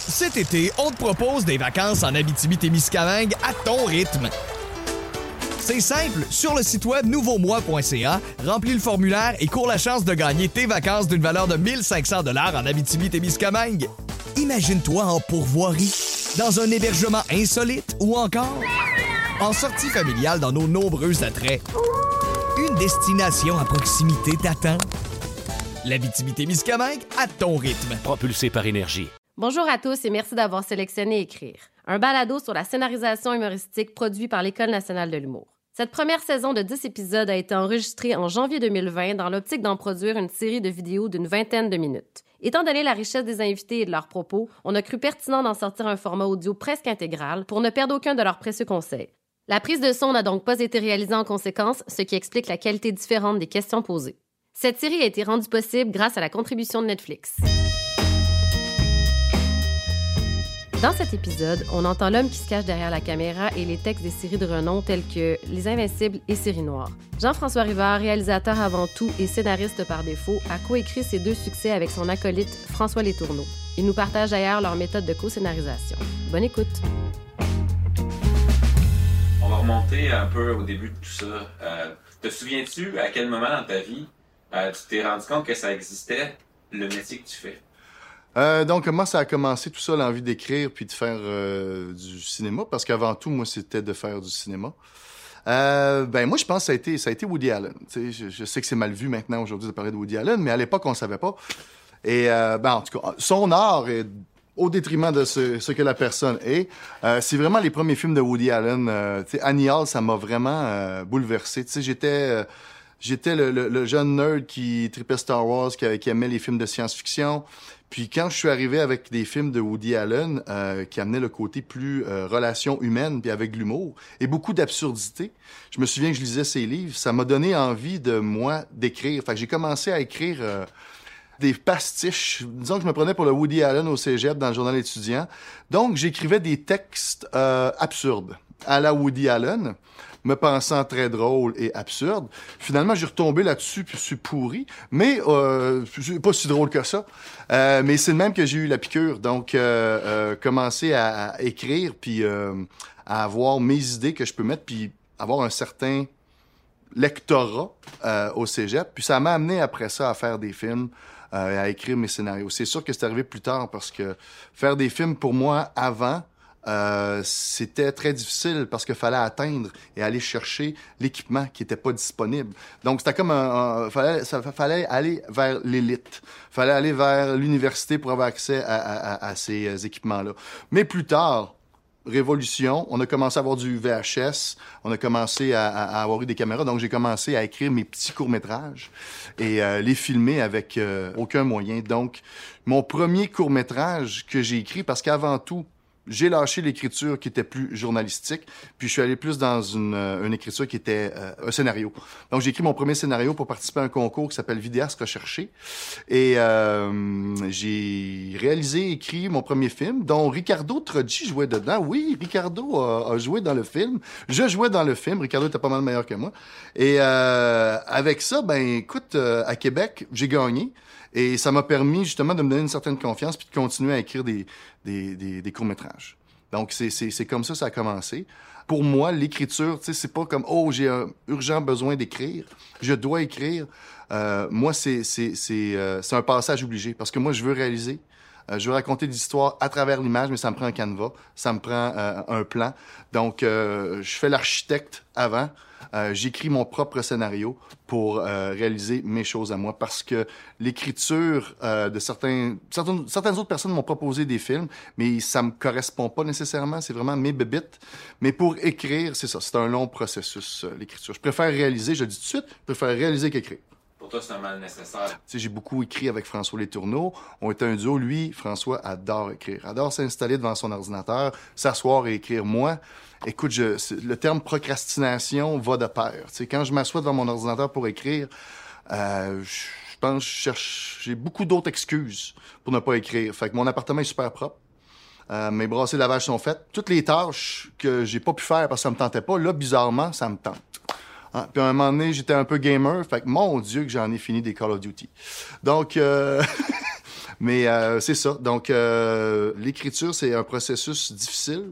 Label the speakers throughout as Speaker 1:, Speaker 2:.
Speaker 1: Cet été, on te propose des vacances en Abitibi-Témiscamingue à ton rythme. C'est simple, sur le site web nouveaumois.ca, remplis le formulaire et cours la chance de gagner tes vacances d'une valeur de 1 500 $ en Abitibi-Témiscamingue. Imagine-toi en pourvoirie, dans un hébergement insolite ou encore en sortie familiale dans nos nombreux attraits. Une destination à proximité t'attend. L'Abitibi-Témiscamingue à ton rythme.
Speaker 2: Propulsé par Énergie.
Speaker 3: Bonjour à tous et merci d'avoir sélectionné Écrire, un balado sur la scénarisation humoristique produit par l'École nationale de l'humour. Cette première saison de 10 épisodes a été enregistrée en janvier 2020 dans l'optique d'en produire une série de vidéos d'une vingtaine de minutes. Étant donné la richesse des invités et de leurs propos, on a cru pertinent d'en sortir un format audio presque intégral pour ne perdre aucun de leurs précieux conseils. La prise de son n'a donc pas été réalisée en conséquence, ce qui explique la qualité différente des questions posées. Cette série a été rendue possible grâce à la contribution de Netflix. Dans cet épisode, on entend l'homme qui se cache derrière la caméra et les textes des séries de renom telles que Les Invincibles et Série Noire. Jean-François Rivard, réalisateur avant tout et scénariste par défaut, a coécrit ces deux succès avec son acolyte François Letourneau. Il nous partage d'ailleurs leur méthode de co-scénarisation. Bonne écoute!
Speaker 4: On va remonter un peu au début de tout ça. Te souviens-tu à quel moment dans ta vie tu t'es rendu compte que ça existait, le métier que tu fais?
Speaker 5: Donc, comment ça a commencé tout ça, l'envie d'écrire puis de faire du cinéma? Parce qu'avant tout, moi, c'était de faire du cinéma. Moi, je pense que ça a été Woody Allen. Je sais que c'est mal vu maintenant, aujourd'hui, de parler de Woody Allen, mais à l'époque, on ne savait pas. Et, en tout cas, son art est au détriment de ce que la personne est. C'est vraiment les premiers films de Woody Allen. Annie Hall, ça m'a vraiment bouleversé. J'étais le jeune nerd qui tripait Star Wars, qui aimait les films de science-fiction. Puis quand je suis arrivé avec des films de Woody Allen qui amenaient le côté plus relation humaine, puis avec de l'humour, et beaucoup d'absurdité, je me souviens que je lisais ses livres, ça m'a donné envie de, moi, d'écrire. Fait que j'ai commencé à écrire des pastiches. Disons que je me prenais pour le Woody Allen au cégep dans le journal étudiant. Donc, j'écrivais des textes absurdes à la Woody Allen, me pensant très drôle et absurde. Finalement, j'ai retombé là-dessus, puis je suis pourri, mais c'est pas si drôle que ça. Mais c'est le même que j'ai eu la piqûre. Donc, commencer à écrire, puis à avoir mes idées que je peux mettre, puis avoir un certain lectorat au cégep. Puis ça m'a amené après ça à faire des films, à écrire mes scénarios. C'est sûr que c'est arrivé plus tard, parce que faire des films, pour moi, avant... c'était très difficile parce qu'il fallait atteindre et aller chercher l'équipement qui n'était pas disponible. Donc, c'était comme fallait aller vers l'élite. Fallait aller vers l'université pour avoir accès à ces équipements-là. Mais plus tard, révolution, on a commencé à avoir du VHS, on a commencé à avoir eu des caméras, donc j'ai commencé à écrire mes petits courts-métrages et les filmer avec aucun moyen. Donc, mon premier court-métrage que j'ai écrit, parce qu'avant tout, j'ai lâché l'écriture qui était plus journalistique, puis je suis allé plus dans une écriture qui était un scénario. Donc, j'ai écrit mon premier scénario pour participer à un concours qui s'appelle Vidéaste Recherché. Et j'ai réalisé, écrit mon premier film, dont Ricardo Troggi jouait dedans. Oui, Ricardo a joué dans le film. Je jouais dans le film. Ricardo était pas mal meilleur que moi. Et avec ça, écoute, à Québec, j'ai gagné. Et ça m'a permis justement de me donner une certaine confiance puis de continuer à écrire des courts-métrages. Donc, c'est comme ça a commencé. Pour moi, l'écriture, c'est pas comme « Oh, j'ai un urgent besoin d'écrire. Je dois écrire. » Moi, c'est un passage obligé parce que moi, je veux réaliser. Je veux raconter des histoires à travers l'image, mais ça me prend un canevas, ça me prend un plan. Donc, je fais l'architecte avant. J'écris mon propre scénario pour réaliser mes choses à moi parce que l'écriture de certaines autres personnes m'ont proposé des films, mais ça me correspond pas nécessairement. C'est vraiment mes bébites. Mais pour écrire, c'est ça. C'est un long processus, l'écriture. Je préfère réaliser, je le dis tout de suite, je préfère réaliser qu'écrire.
Speaker 4: Pour toi, c'est un mal nécessaire.
Speaker 5: J'ai beaucoup écrit avec François Letourneau. On était un duo. Lui, François, adore écrire. Adore s'installer devant son ordinateur, s'asseoir et écrire. Moi, écoute, le terme procrastination va de pair. Quand je m'assois devant mon ordinateur pour écrire, je pense que j'ai beaucoup d'autres excuses pour ne pas écrire. Fait que mon appartement est super propre. Mes brassées de lavage sont faites. Toutes les tâches que j'ai pas pu faire parce que ça me tentait pas, là, bizarrement, ça me tente. Puis à un moment donné, j'étais un peu gamer, fait que mon Dieu que j'en ai fini des Call of Duty. Donc, Mais c'est ça. Donc, l'écriture, c'est un processus difficile.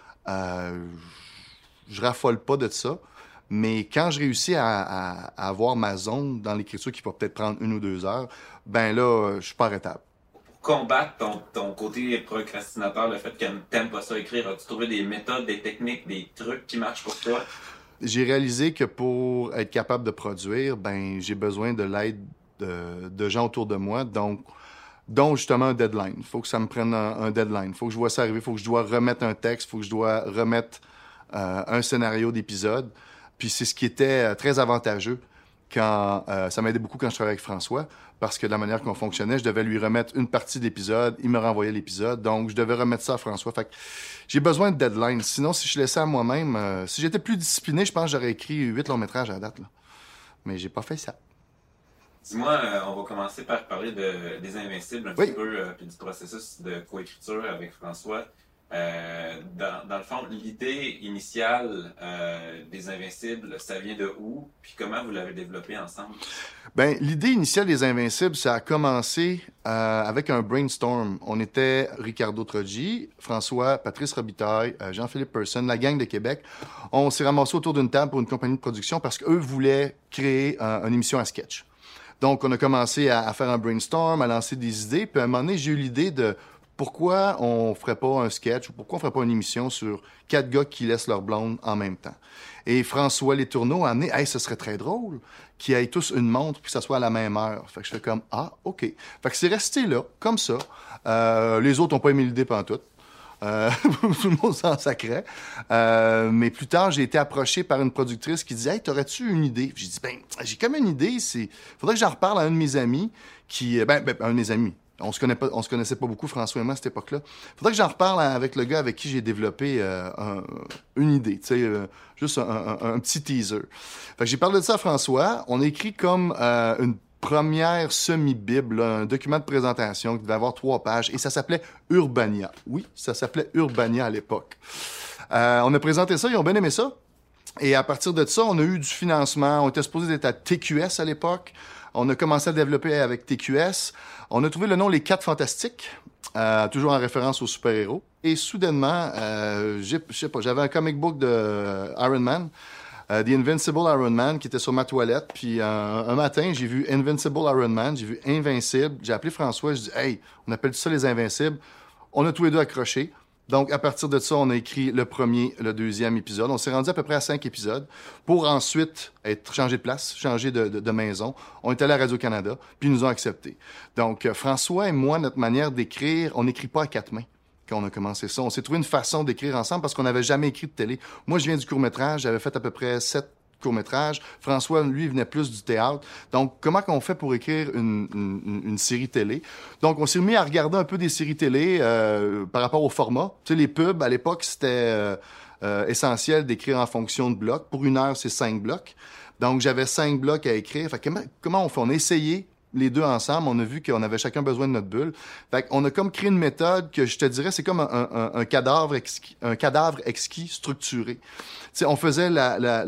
Speaker 5: Je raffole pas de ça. Mais quand je réussis à avoir ma zone dans l'écriture qui va peut-être prendre 1 ou 2 heures, ben là, je suis pas arrêtable.
Speaker 4: Pour combattre ton côté procrastinateur, le fait que t'aimes pas ça écrire, as-tu trouvé des méthodes, des techniques, des trucs qui marchent pour toi?
Speaker 5: J'ai réalisé que pour être capable de produire, ben j'ai besoin de l'aide de gens autour de moi, donc justement un deadline. Il faut que ça me prenne un deadline. Il faut que je vois ça arriver. Il faut que je dois remettre un texte. Il faut que je dois remettre un scénario d'épisode. Puis c'est ce qui était très avantageux quand ça m'aidait beaucoup quand je travaillais avec François, parce que de la manière qu'on fonctionnait, je devais lui remettre une partie de l'épisode, il me renvoyait l'épisode, donc je devais remettre ça à François. Fait que j'ai besoin de deadline. Sinon, si je laissais à moi-même, si j'étais plus discipliné, je pense que j'aurais écrit 8 longs métrages à la date, là. Mais j'ai pas fait ça.
Speaker 4: Dis-moi, on va commencer par parler des Invincibles un petit peu, puis du processus de coécriture avec François. Dans le fond, l'idée initiale des Invincibles, ça vient de où? Puis comment vous l'avez développé ensemble?
Speaker 5: Ben, l'idée initiale des Invincibles, ça a commencé avec un brainstorm. On était Ricardo Troggi, François, Patrice Robitaille, Jean-Philippe Persson, la gang de Québec. On s'est ramassés autour d'une table pour une compagnie de production parce qu'eux voulaient créer une émission à sketch. Donc, on a commencé à faire un brainstorm, à lancer des idées. Puis à un moment donné, j'ai eu l'idée de pourquoi on ferait pas un sketch ou pourquoi on ferait pas une émission sur 4 gars qui laissent leur blonde en même temps. Et François Letourneau a amené, hey, ce serait très drôle qu'ils aient tous une montre puis que ça soit à la même heure. Fait que je fais comme, ah, OK. Fait que c'est resté là, comme ça. Les autres n'ont pas aimé l'idée pantoute. Tout le monde s'en sacrait. Mais plus tard, j'ai été approché par une productrice qui disait, hey, t'aurais-tu une idée? J'ai dit, ben, j'ai comme une idée. Faudrait que j'en reparle à un de mes amis un de mes amis. On se connaissait pas beaucoup, François et moi, à cette époque-là. Faudrait que j'en reparle avec le gars avec qui j'ai développé une idée, tu sais, juste un petit teaser. Fait que j'ai parlé de ça à François. On a écrit comme une première semi-bible, là, un document de présentation qui devait avoir 3 pages, et ça s'appelait Urbania. Oui, ça s'appelait Urbania à l'époque. On a présenté ça, ils ont bien aimé ça. Et à partir de ça, on a eu du financement. On était supposé être à TQS à l'époque. On a commencé à développer avec TQS. On a trouvé le nom Les 4 Fantastiques, toujours en référence aux super-héros. Et soudainement, je sais pas, j'avais un comic book de Iron Man, The Invincible Iron Man, qui était sur ma toilette. Puis un matin, j'ai vu Invincible Iron Man, j'ai vu Invincible. J'ai appelé François, je dis « Hey, on appelle ça les Invincibles. » On a tous les deux accroché. Donc, à partir de ça, on a écrit le premier, le deuxième épisode. On s'est rendu à peu près à 5 épisodes pour ensuite être changé de place, changé de maison. On est allé à Radio-Canada, puis ils nous ont acceptés. Donc, François et moi, notre manière d'écrire, on n'écrit pas à 4 mains quand on a commencé ça. On s'est trouvé une façon d'écrire ensemble parce qu'on n'avait jamais écrit de télé. Moi, je viens du court-métrage. J'avais fait à peu près 7 court-métrage. François, lui, venait plus du théâtre. Donc, comment qu'on fait pour écrire une série télé? Donc, on s'est mis à regarder un peu des séries télé par rapport au format. Tu sais, les pubs, à l'époque, c'était essentiel d'écrire en fonction de blocs. Pour 1 heure, c'est 5 blocs. Donc, j'avais 5 blocs à écrire. Fait que comment on fait? On a essayé les deux ensemble. On a vu qu'on avait chacun besoin de notre bulle. Fait qu'on a comme créé une méthode que je te dirais, c'est comme un cadavre exquis structuré. T'sais, on faisait la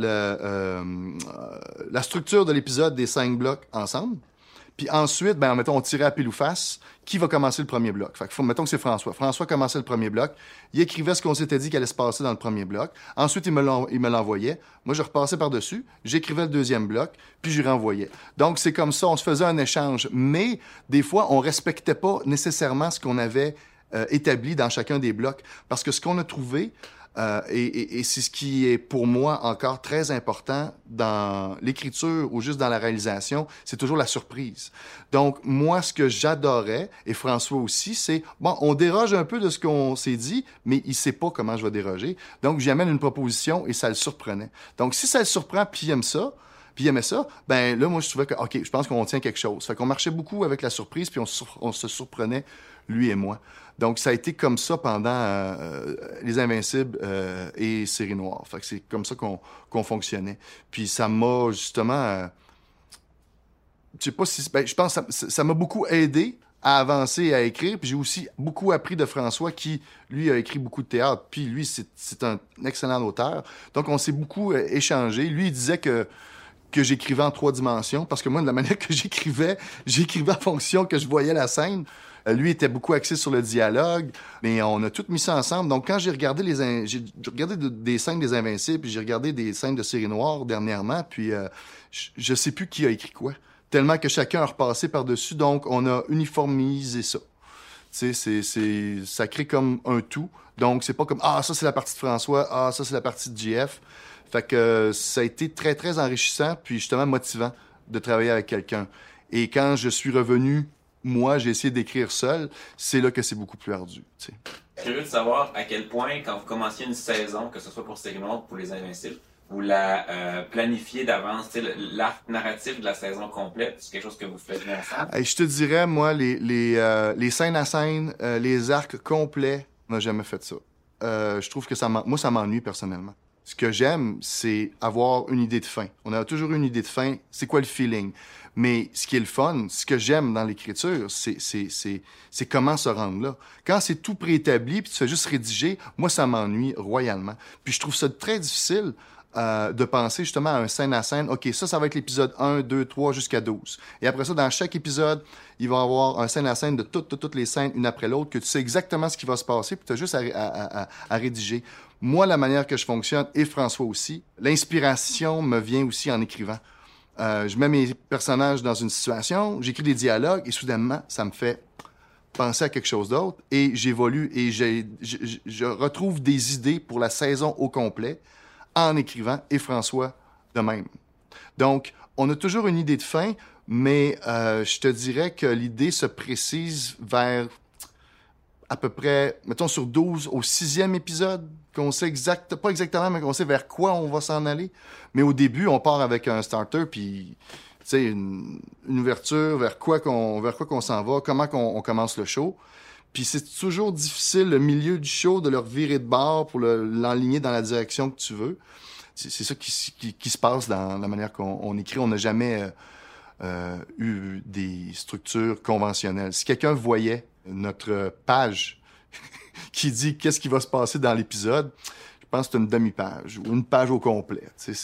Speaker 5: structure de l'épisode des 5 blocs ensemble. Puis ensuite, mettons, on tirait à pile ou face. Qui va commencer le premier bloc? Fait que, mettons que c'est François. François commençait le premier bloc. Il écrivait ce qu'on s'était dit qu'il allait se passer dans le premier bloc. Ensuite, il me l'envoyait. Moi, je repassais par-dessus. J'écrivais le deuxième bloc, puis je renvoyais. Donc, c'est comme ça. On se faisait un échange. Mais, des fois, on respectait pas nécessairement ce qu'on avait établi dans chacun des blocs. Parce que ce qu'on a trouvé, et c'est ce qui est pour moi encore très important dans l'écriture ou juste dans la réalisation, c'est toujours la surprise. Donc, moi, ce que j'adorais, et François aussi, c'est, on déroge un peu de ce qu'on s'est dit, mais il sait pas comment je vais déroger. Donc, j'y amène une proposition et ça le surprenait. Donc, si ça le surprend puis il aime ça, puis il aimait ça, là, moi, je trouvais que, OK, je pense qu'on tient quelque chose. Fait qu'on marchait beaucoup avec la surprise, puis on se surprenait, lui et moi. Donc, ça a été comme ça pendant Les Invincibles et Série Noire. Fait que c'est comme ça qu'on fonctionnait. Puis ça m'a justement... je sais pas si... je pense que ça m'a beaucoup aidé à avancer et à écrire. Puis j'ai aussi beaucoup appris de François qui, lui, a écrit beaucoup de théâtre. Puis lui, c'est un excellent auteur. Donc, on s'est beaucoup échangé. Lui, il disait que j'écrivais en 3 dimensions, parce que moi, de la manière que j'écrivais en fonction que je voyais la scène. Lui était beaucoup axé sur le dialogue, mais on a tout mis ça ensemble. Donc, quand j'ai regardé des scènes des Invincibles, puis j'ai regardé des scènes de Série Noire dernièrement, puis je sais plus qui a écrit quoi. Tellement que chacun a repassé par-dessus, donc on a uniformisé ça. Tu sais, ça crée comme un tout. Donc, c'est pas comme « Ah, ça, c'est la partie de François. Ah, ça, c'est la partie de JF. » Fait que ça a été très, très enrichissant, puis justement motivant de travailler avec quelqu'un. Et quand je suis revenu, moi, j'ai essayé d'écrire seul, c'est là que c'est beaucoup plus ardu. Tu sais.
Speaker 4: Curieux de savoir à quel point, quand vous commenciez une saison, que ce soit pour Série Noire ou pour Les Invincibles, vous la planifiez d'avance, l'arc narratif de la saison complète, c'est quelque chose que vous faites ensemble?
Speaker 5: Je te dirais, moi, les scènes à scène, les arcs complets, on n'a jamais fait ça. Je trouve que ça m'ennuie personnellement. Ce que j'aime, c'est avoir une idée de fin. On a toujours une idée de fin. C'est quoi le feeling? Mais ce qui est le fun, ce que j'aime dans l'écriture, c'est comment se rendre là. Quand c'est tout préétabli, puis tu fais juste rédiger, moi, ça m'ennuie royalement. Puis je trouve ça très difficile de penser justement à un scène à scène. OK, ça va être l'épisode 1, 2, 3 jusqu'à 12. Et après ça, dans chaque épisode, il va y avoir un scène à scène de toutes les scènes, une après l'autre, que tu sais exactement ce qui va se passer, puis tu as juste à rédiger. Moi, la manière que je fonctionne, et François aussi, l'inspiration me vient aussi en écrivant. Je mets mes personnages dans une situation, j'écris des dialogues, et soudainement, ça me fait penser à quelque chose d'autre, et j'évolue, et je retrouve des idées pour la saison au complet, en écrivant, et François de même. Donc, on a toujours une idée de fin, mais je te dirais que l'idée se précise vers à peu près, mettons, sur 12 au 6e épisode, qu'on sait pas exactement, mais qu'on sait vers quoi on va s'en aller. Mais au début, on part avec un starter, puis, tu sais, une ouverture vers quoi qu'on s'en va, comment on commence le show. Puis c'est toujours difficile, le milieu du show, de le revirer de bord pour l'enligner dans la direction que tu veux. C'est ça qui se passe dans la manière qu'on écrit. On n'a jamais eu des structures conventionnelles. Si quelqu'un voyait notre page qui dit qu'est-ce qui va se passer dans l'épisode, je pense que c'est une demi-page ou une page au complet.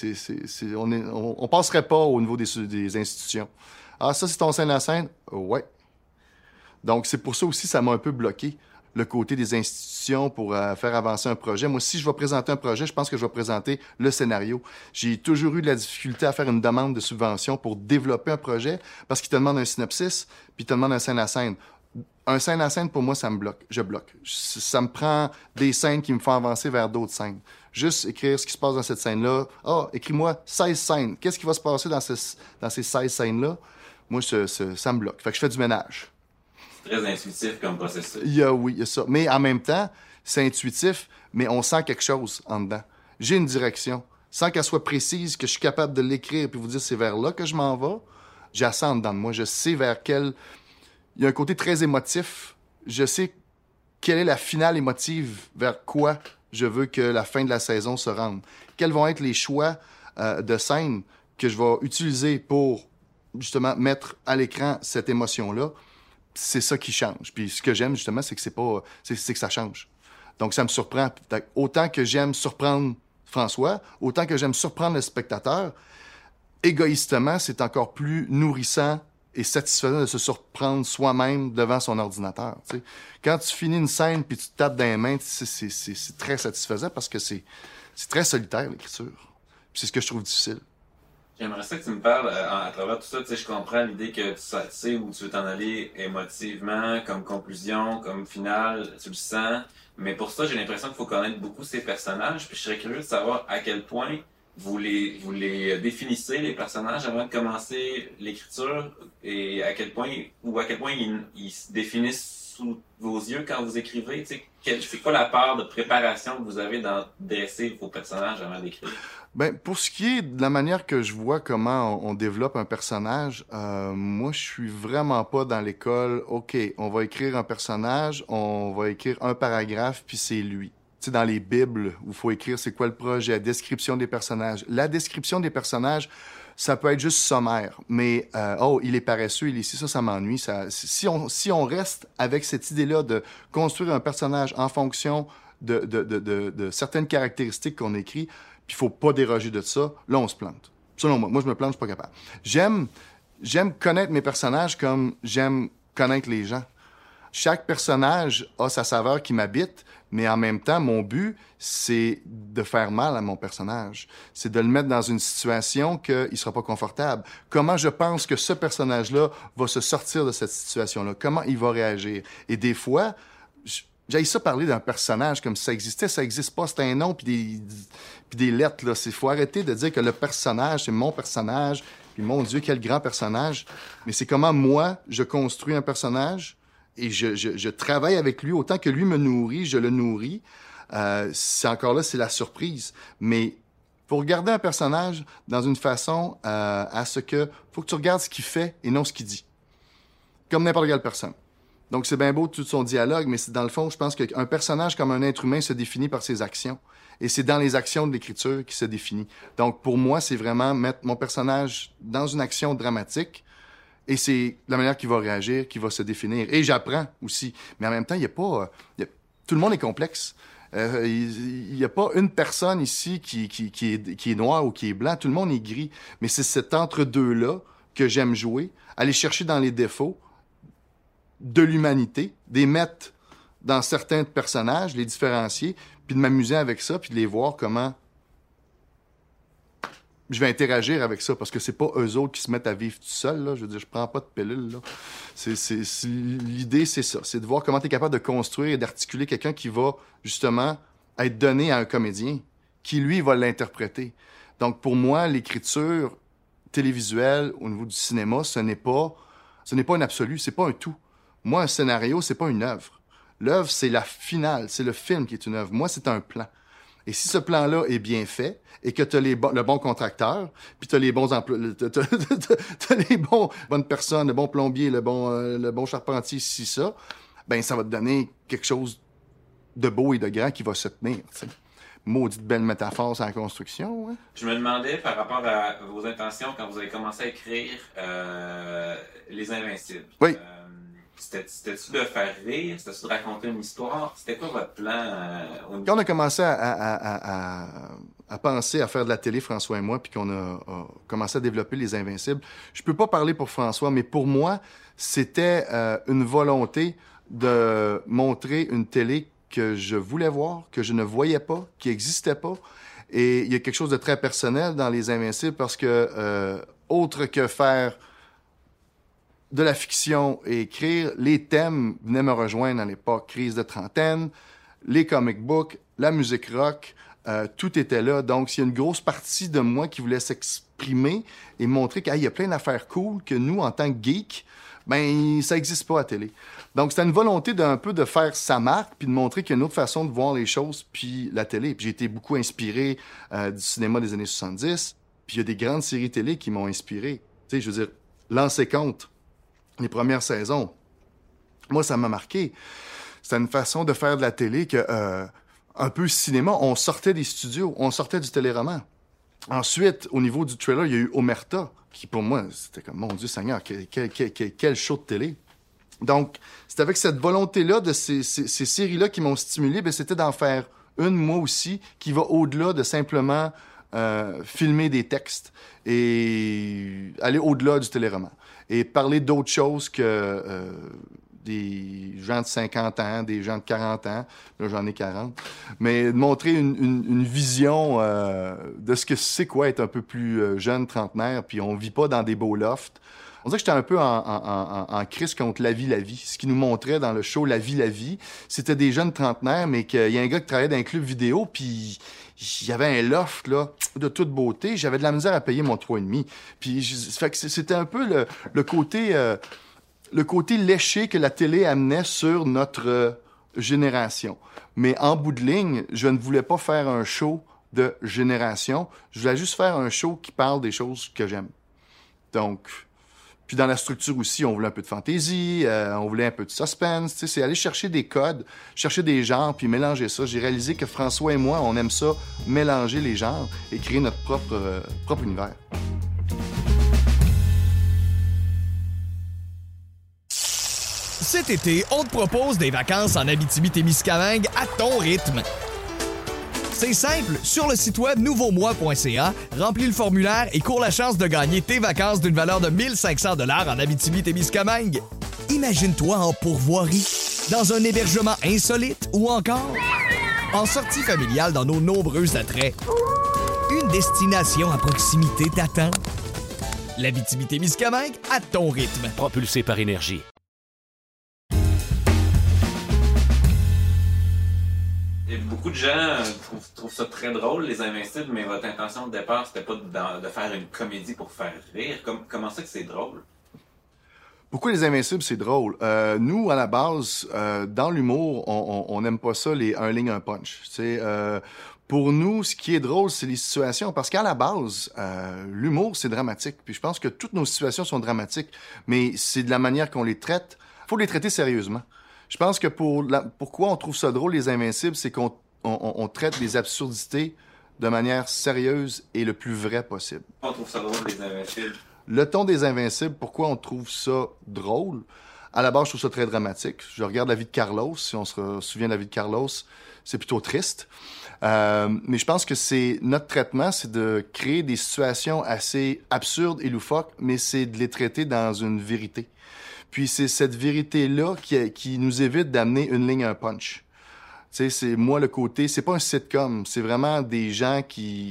Speaker 5: On passerait pas au niveau des institutions. Ah, ça, c'est ton scène à scène? Ouais. Donc, c'est pour ça aussi, ça m'a un peu bloqué, le côté des institutions pour faire avancer un projet. Moi, si je vais présenter un projet, je pense que je vais présenter le scénario. J'ai toujours eu de la difficulté à faire une demande de subvention pour développer un projet parce qu'il te demande un synopsis, puis il te demande un scène à scène. Un scène à scène, pour moi, ça me bloque. Je bloque. Ça me prend des scènes qui me font avancer vers d'autres scènes. Juste écrire ce qui se passe dans cette scène-là. Ah, écris-moi 16 scènes. Qu'est-ce qui va se passer dans ces 16 scènes-là? Moi, ça me bloque. Fait que je fais du ménage.
Speaker 4: Très intuitif comme processus.
Speaker 5: Oui, il y a ça. Mais en même temps, c'est intuitif, mais on sent quelque chose en dedans. J'ai une direction. Sans qu'elle soit précise, que je suis capable de l'écrire puis vous dire c'est vers là que je m'en vais, j'ai ça en dedans de moi. Je sais vers quel... Il y a un côté très émotif. Je sais quelle est la finale émotive, vers quoi je veux que la fin de la saison se rende. Quels vont être les choix de scène que je vais utiliser pour justement mettre à l'écran cette émotion-là. C'est ça qui change. Puis ce que j'aime, justement, c'est que ça change. Donc, ça me surprend. Autant que j'aime surprendre François, autant que j'aime surprendre le spectateur, égoïstement, c'est encore plus nourrissant et satisfaisant de se surprendre soi-même devant son ordinateur. T'sais. Quand tu finis une scène puis tu te tapes dans les mains, c'est très satisfaisant parce que c'est très solitaire, l'écriture. Puis c'est ce que je trouve difficile.
Speaker 4: J'aimerais ça que tu me parles, à travers tout ça, tu sais, je comprends l'idée que tu sais où tu veux t'en aller émotivement, comme conclusion, comme finale, tu le sens. Mais pour ça, j'ai l'impression qu'il faut connaître beaucoup ces personnages. Puis je serais curieux de savoir à quel point vous les définissez, les personnages, avant de commencer l'écriture, et à quel point ils se définissent sous vos yeux quand vous écrivez. Tu sais, c'est quoi la part de préparation que vous avez dans dresser vos personnages avant d'écrire?
Speaker 5: Ben, pour ce qui est de la manière que je vois comment on développe un personnage, moi, je suis vraiment pas dans l'école. OK, on va écrire un personnage, on va écrire un paragraphe, puis c'est lui. Tu sais, dans les Bibles, où il faut écrire c'est quoi le projet, la description des personnages. La description des personnages, ça peut être juste sommaire, mais il est paresseux, il est ici, ça m'ennuie. Si on reste avec cette idée-là de construire un personnage en fonction de certaines caractéristiques qu'on écrit, puis il faut pas déroger de ça, là, on se plante. Selon moi, je me plante, je suis pas capable. J'aime connaître mes personnages comme j'aime connaître les gens. Chaque personnage a sa saveur qui m'habite, mais en même temps, mon but, c'est de faire mal à mon personnage. C'est de le mettre dans une situation qu'il ne sera pas confortable. Comment je pense que ce personnage-là va se sortir de cette situation-là? Comment il va réagir? Et des fois, j'aille ça parler d'un personnage comme si ça existait. Ça n'existe pas, c'est un nom puis des lettres. Il faut arrêter de dire que le personnage, c'est mon personnage, puis mon Dieu, quel grand personnage. Mais c'est comment moi, je construis un personnage et je travaille avec lui autant que lui me nourrit, je le nourris. C'est encore là, c'est la surprise. Mais pour regarder un personnage dans une façon à ce que... faut que tu regardes ce qu'il fait et non ce qu'il dit. Comme n'importe quelle personne. Donc, c'est bien beau tout son dialogue, mais dans le fond, je pense qu'un personnage comme un être humain se définit par ses actions. Et c'est dans les actions de l'écriture qu'il se définit. Donc, pour moi, c'est vraiment mettre mon personnage dans une action dramatique et c'est la manière qu'il va réagir, qu'il va se définir. Et j'apprends aussi. Mais en même temps, il y a pas... tout le monde est complexe. Il n'y a pas une personne ici qui est noire ou qui est blanc. Tout le monde est gris. Mais c'est cet entre-deux-là que j'aime jouer. Aller chercher dans les défauts de l'humanité, les mettre dans certains personnages, les différencier, puis de m'amuser avec ça, puis de les voir comment je vais interagir avec ça, parce que c'est pas eux autres qui se mettent à vivre tout seuls, là. Je veux dire, je prends pas de pilule, là. L'idée, c'est ça. C'est de voir comment tu es capable de construire et d'articuler quelqu'un qui va, justement, être donné à un comédien, qui, lui, va l'interpréter. Donc, pour moi, l'écriture télévisuelle, au niveau du cinéma, ce n'est pas un absolu, c'est pas un tout. Moi, un scénario, c'est pas une œuvre. L'œuvre, c'est la finale, c'est le film qui est une œuvre. Moi, c'est un plan. Et si ce plan-là est bien fait et que tu as le bon contracteur, puis tu as les bons emplois, t'as les bonnes personnes, le bon plombier, le bon charpentier, ça, ben ça va te donner quelque chose de beau et de grand qui va se tenir. T'sais. Maudite belle métaphore sur la construction. Hein?
Speaker 4: Je me demandais par rapport à vos intentions quand vous avez commencé à écrire Les Invincibles.
Speaker 5: Oui.
Speaker 4: C'était-tu de faire rire? C'était-tu de raconter une histoire? C'était quoi votre plan?
Speaker 5: Quand on a commencé à penser à faire de la télé, François et moi, puis qu'on a commencé à développer Les Invincibles, je peux pas parler pour François, mais pour moi, c'était une volonté de montrer une télé que je voulais voir, que je ne voyais pas, qui n'existait pas. Et il y a quelque chose de très personnel dans Les Invincibles parce que, autre que faire de la fiction et écrire, les thèmes venaient me rejoindre à l'époque. Crise de trentaine, les comic books, la musique rock, tout était là. Donc, s'il y a une grosse partie de moi qui voulait s'exprimer et montrer qu'il y a plein d'affaires cool que nous, en tant que geeks, ben ça n'existe pas à télé. Donc, c'était une volonté d'un peu de faire sa marque puis de montrer qu'il y a une autre façon de voir les choses puis la télé. Puis j'ai été beaucoup inspiré du cinéma des années 70. Puis il y a des grandes séries télé qui m'ont inspiré. Tu sais, je veux dire, Lancez compte, les premières saisons, moi, ça m'a marqué. C'était une façon de faire de la télé que, un peu cinéma, on sortait des studios, on sortait du téléroman. Ensuite, au niveau du trailer, il y a eu Omerta, qui pour moi, c'était comme, mon Dieu Seigneur, quel show de télé. Donc, c'était avec cette volonté-là de ces séries-là qui m'ont stimulé, ben, c'était d'en faire une, moi aussi, qui va au-delà de simplement filmer des textes et aller au-delà du téléroman. Et parler d'autres choses que des gens de 50 ans, des gens de 40 ans. Là, j'en ai 40. Mais de montrer une vision de ce que c'est quoi être un peu plus jeune, trentenaire, puis on vit pas dans des beaux lofts. On dirait que j'étais un peu en crise contre La vie. Ce qui nous montrait dans le show La vie, c'était des jeunes trentenaires, mais qu'il y a un gars qui travaillait dans un club vidéo, puis il y avait un loft là, de toute beauté. J'avais de la misère à payer mon 3,5. Puis fait que c'était un peu le côté léché que la télé amenait sur notre génération. Mais en bout de ligne, je ne voulais pas faire un show de génération. Je voulais juste faire un show qui parle des choses que j'aime. Donc... Puis dans la structure aussi, on voulait un peu de fantaisie, on voulait un peu de suspense. C'est aller chercher des codes, chercher des genres, puis mélanger ça. J'ai réalisé que François et moi, on aime ça, mélanger les genres et créer notre propre univers.
Speaker 1: Cet été, on te propose des vacances en Abitibi-Témiscamingue à ton rythme. C'est simple, sur le site web nouveaumois.ca, remplis le formulaire et cours la chance de gagner tes vacances d'une valeur de 1 500 $ en Abitibi-Témiscamingue. Imagine-toi en pourvoirie. Dans un hébergement insolite ou encore en sortie familiale dans nos nombreux attraits. Une destination à proximité t'attend. L'Abitibi-Témiscamingue à ton rythme.
Speaker 2: Propulsé par Énergie.
Speaker 4: Et beaucoup de gens trouvent ça très drôle, Les Invincibles, mais votre intention de départ, c'était pas de faire une comédie pour faire rire. Comment ça que c'est drôle?
Speaker 5: Pourquoi Les Invincibles, c'est drôle? Nous, à la base, dans l'humour, on n'aime pas ça, les un ligne, un punch. Pour nous, ce qui est drôle, c'est les situations. Parce qu'à la base, l'humour, c'est dramatique. Puis je pense que toutes nos situations sont dramatiques. Mais c'est de la manière qu'on les traite. Il faut les traiter sérieusement. Je pense que pourquoi on trouve ça drôle, Les Invincibles, c'est qu'on traite les absurdités de manière sérieuse et le plus vrai possible.
Speaker 4: On trouve ça drôle, Les Invincibles.
Speaker 5: Le ton des Invincibles, pourquoi on trouve ça drôle? À la base, je trouve ça très dramatique. Je regarde la vie de Carlos. Si on se souvient de la vie de Carlos, c'est plutôt triste. Mais je pense que c'est notre traitement, c'est de créer des situations assez absurdes et loufoques, mais c'est de les traiter dans une vérité. Puis c'est cette vérité-là qui nous évite d'amener une ligne, un punch. Tu sais, c'est moi le côté, c'est pas un sitcom, c'est vraiment des gens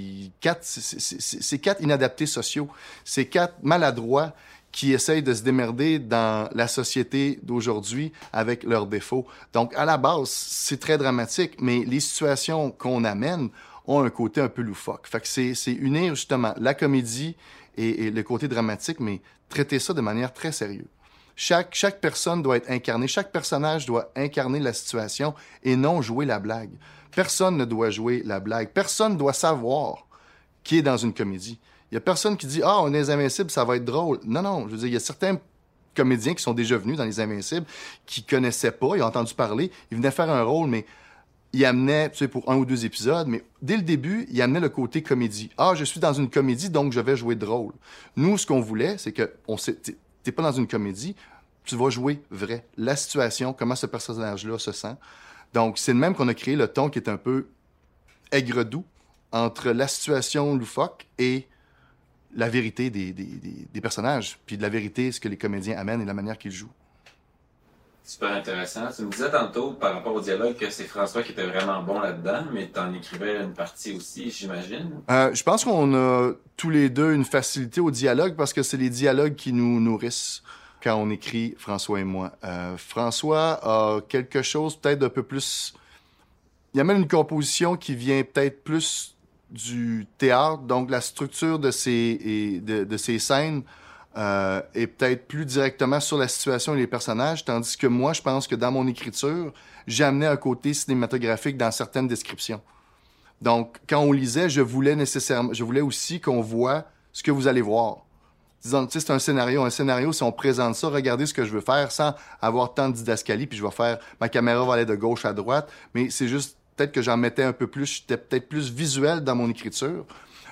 Speaker 5: c'est quatre inadaptés sociaux, c'est quatre maladroits qui essayent de se démerder dans la société d'aujourd'hui avec leurs défauts. Donc, à la base, c'est très dramatique, mais les situations qu'on amène ont un côté un peu loufoque. Fait que c'est unir justement la comédie et le côté dramatique, mais traiter ça de manière très sérieuse. Chaque personne doit être incarnée, chaque personnage doit incarner la situation et non jouer la blague. Personne ne doit jouer la blague. Personne doit savoir qui est dans une comédie. Il y a personne qui dit « Ah, on est Les Invincibles, ça va être drôle. » Non, je veux dire, il y a certains comédiens qui sont déjà venus dans Les Invincibles, qui connaissaient pas, ils ont entendu parler, ils venaient faire un rôle, mais ils amenaient, tu sais, pour 1 ou 2 épisodes, mais dès le début, ils amenaient le côté comédie. « Ah, je suis dans une comédie, donc je vais jouer drôle. » Nous, ce qu'on voulait, c'est que t'es pas dans une comédie, tu vas jouer vrai. La situation, comment ce personnage-là se sent. Donc, c'est le même qu'on a créé le ton qui est un peu aigre-doux entre la situation loufoque et la vérité des personnages, puis de la vérité, ce que les comédiens amènent et la manière qu'ils jouent.
Speaker 4: Super intéressant. Tu me disais tantôt, par rapport au dialogue, que c'est François qui était vraiment bon là-dedans, mais tu en écrivais une partie aussi, j'imagine.
Speaker 5: Je pense qu'on a tous les deux une facilité au dialogue parce que c'est les dialogues qui nous nourrissent quand on écrit, François et moi. François a quelque chose peut-être d'un peu plus... Il y a même une composition qui vient peut-être plus du théâtre, donc la structure de ces scènes est peut-être plus directement sur la situation et les personnages, tandis que moi, je pense que dans mon écriture, j'ai amené un côté cinématographique dans certaines descriptions. Donc, quand on lisait, je voulais aussi qu'on voit ce que vous allez voir. Disons, tu sais, c'est un scénario. Un scénario, si on présente ça, regardez ce que je veux faire sans avoir tant de didascalie, puis je vais faire, ma caméra va aller de gauche à droite, mais c'est juste peut-être que j'en mettais un peu plus, j'étais peut-être plus visuel dans mon écriture,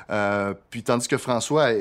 Speaker 5: puis tandis que François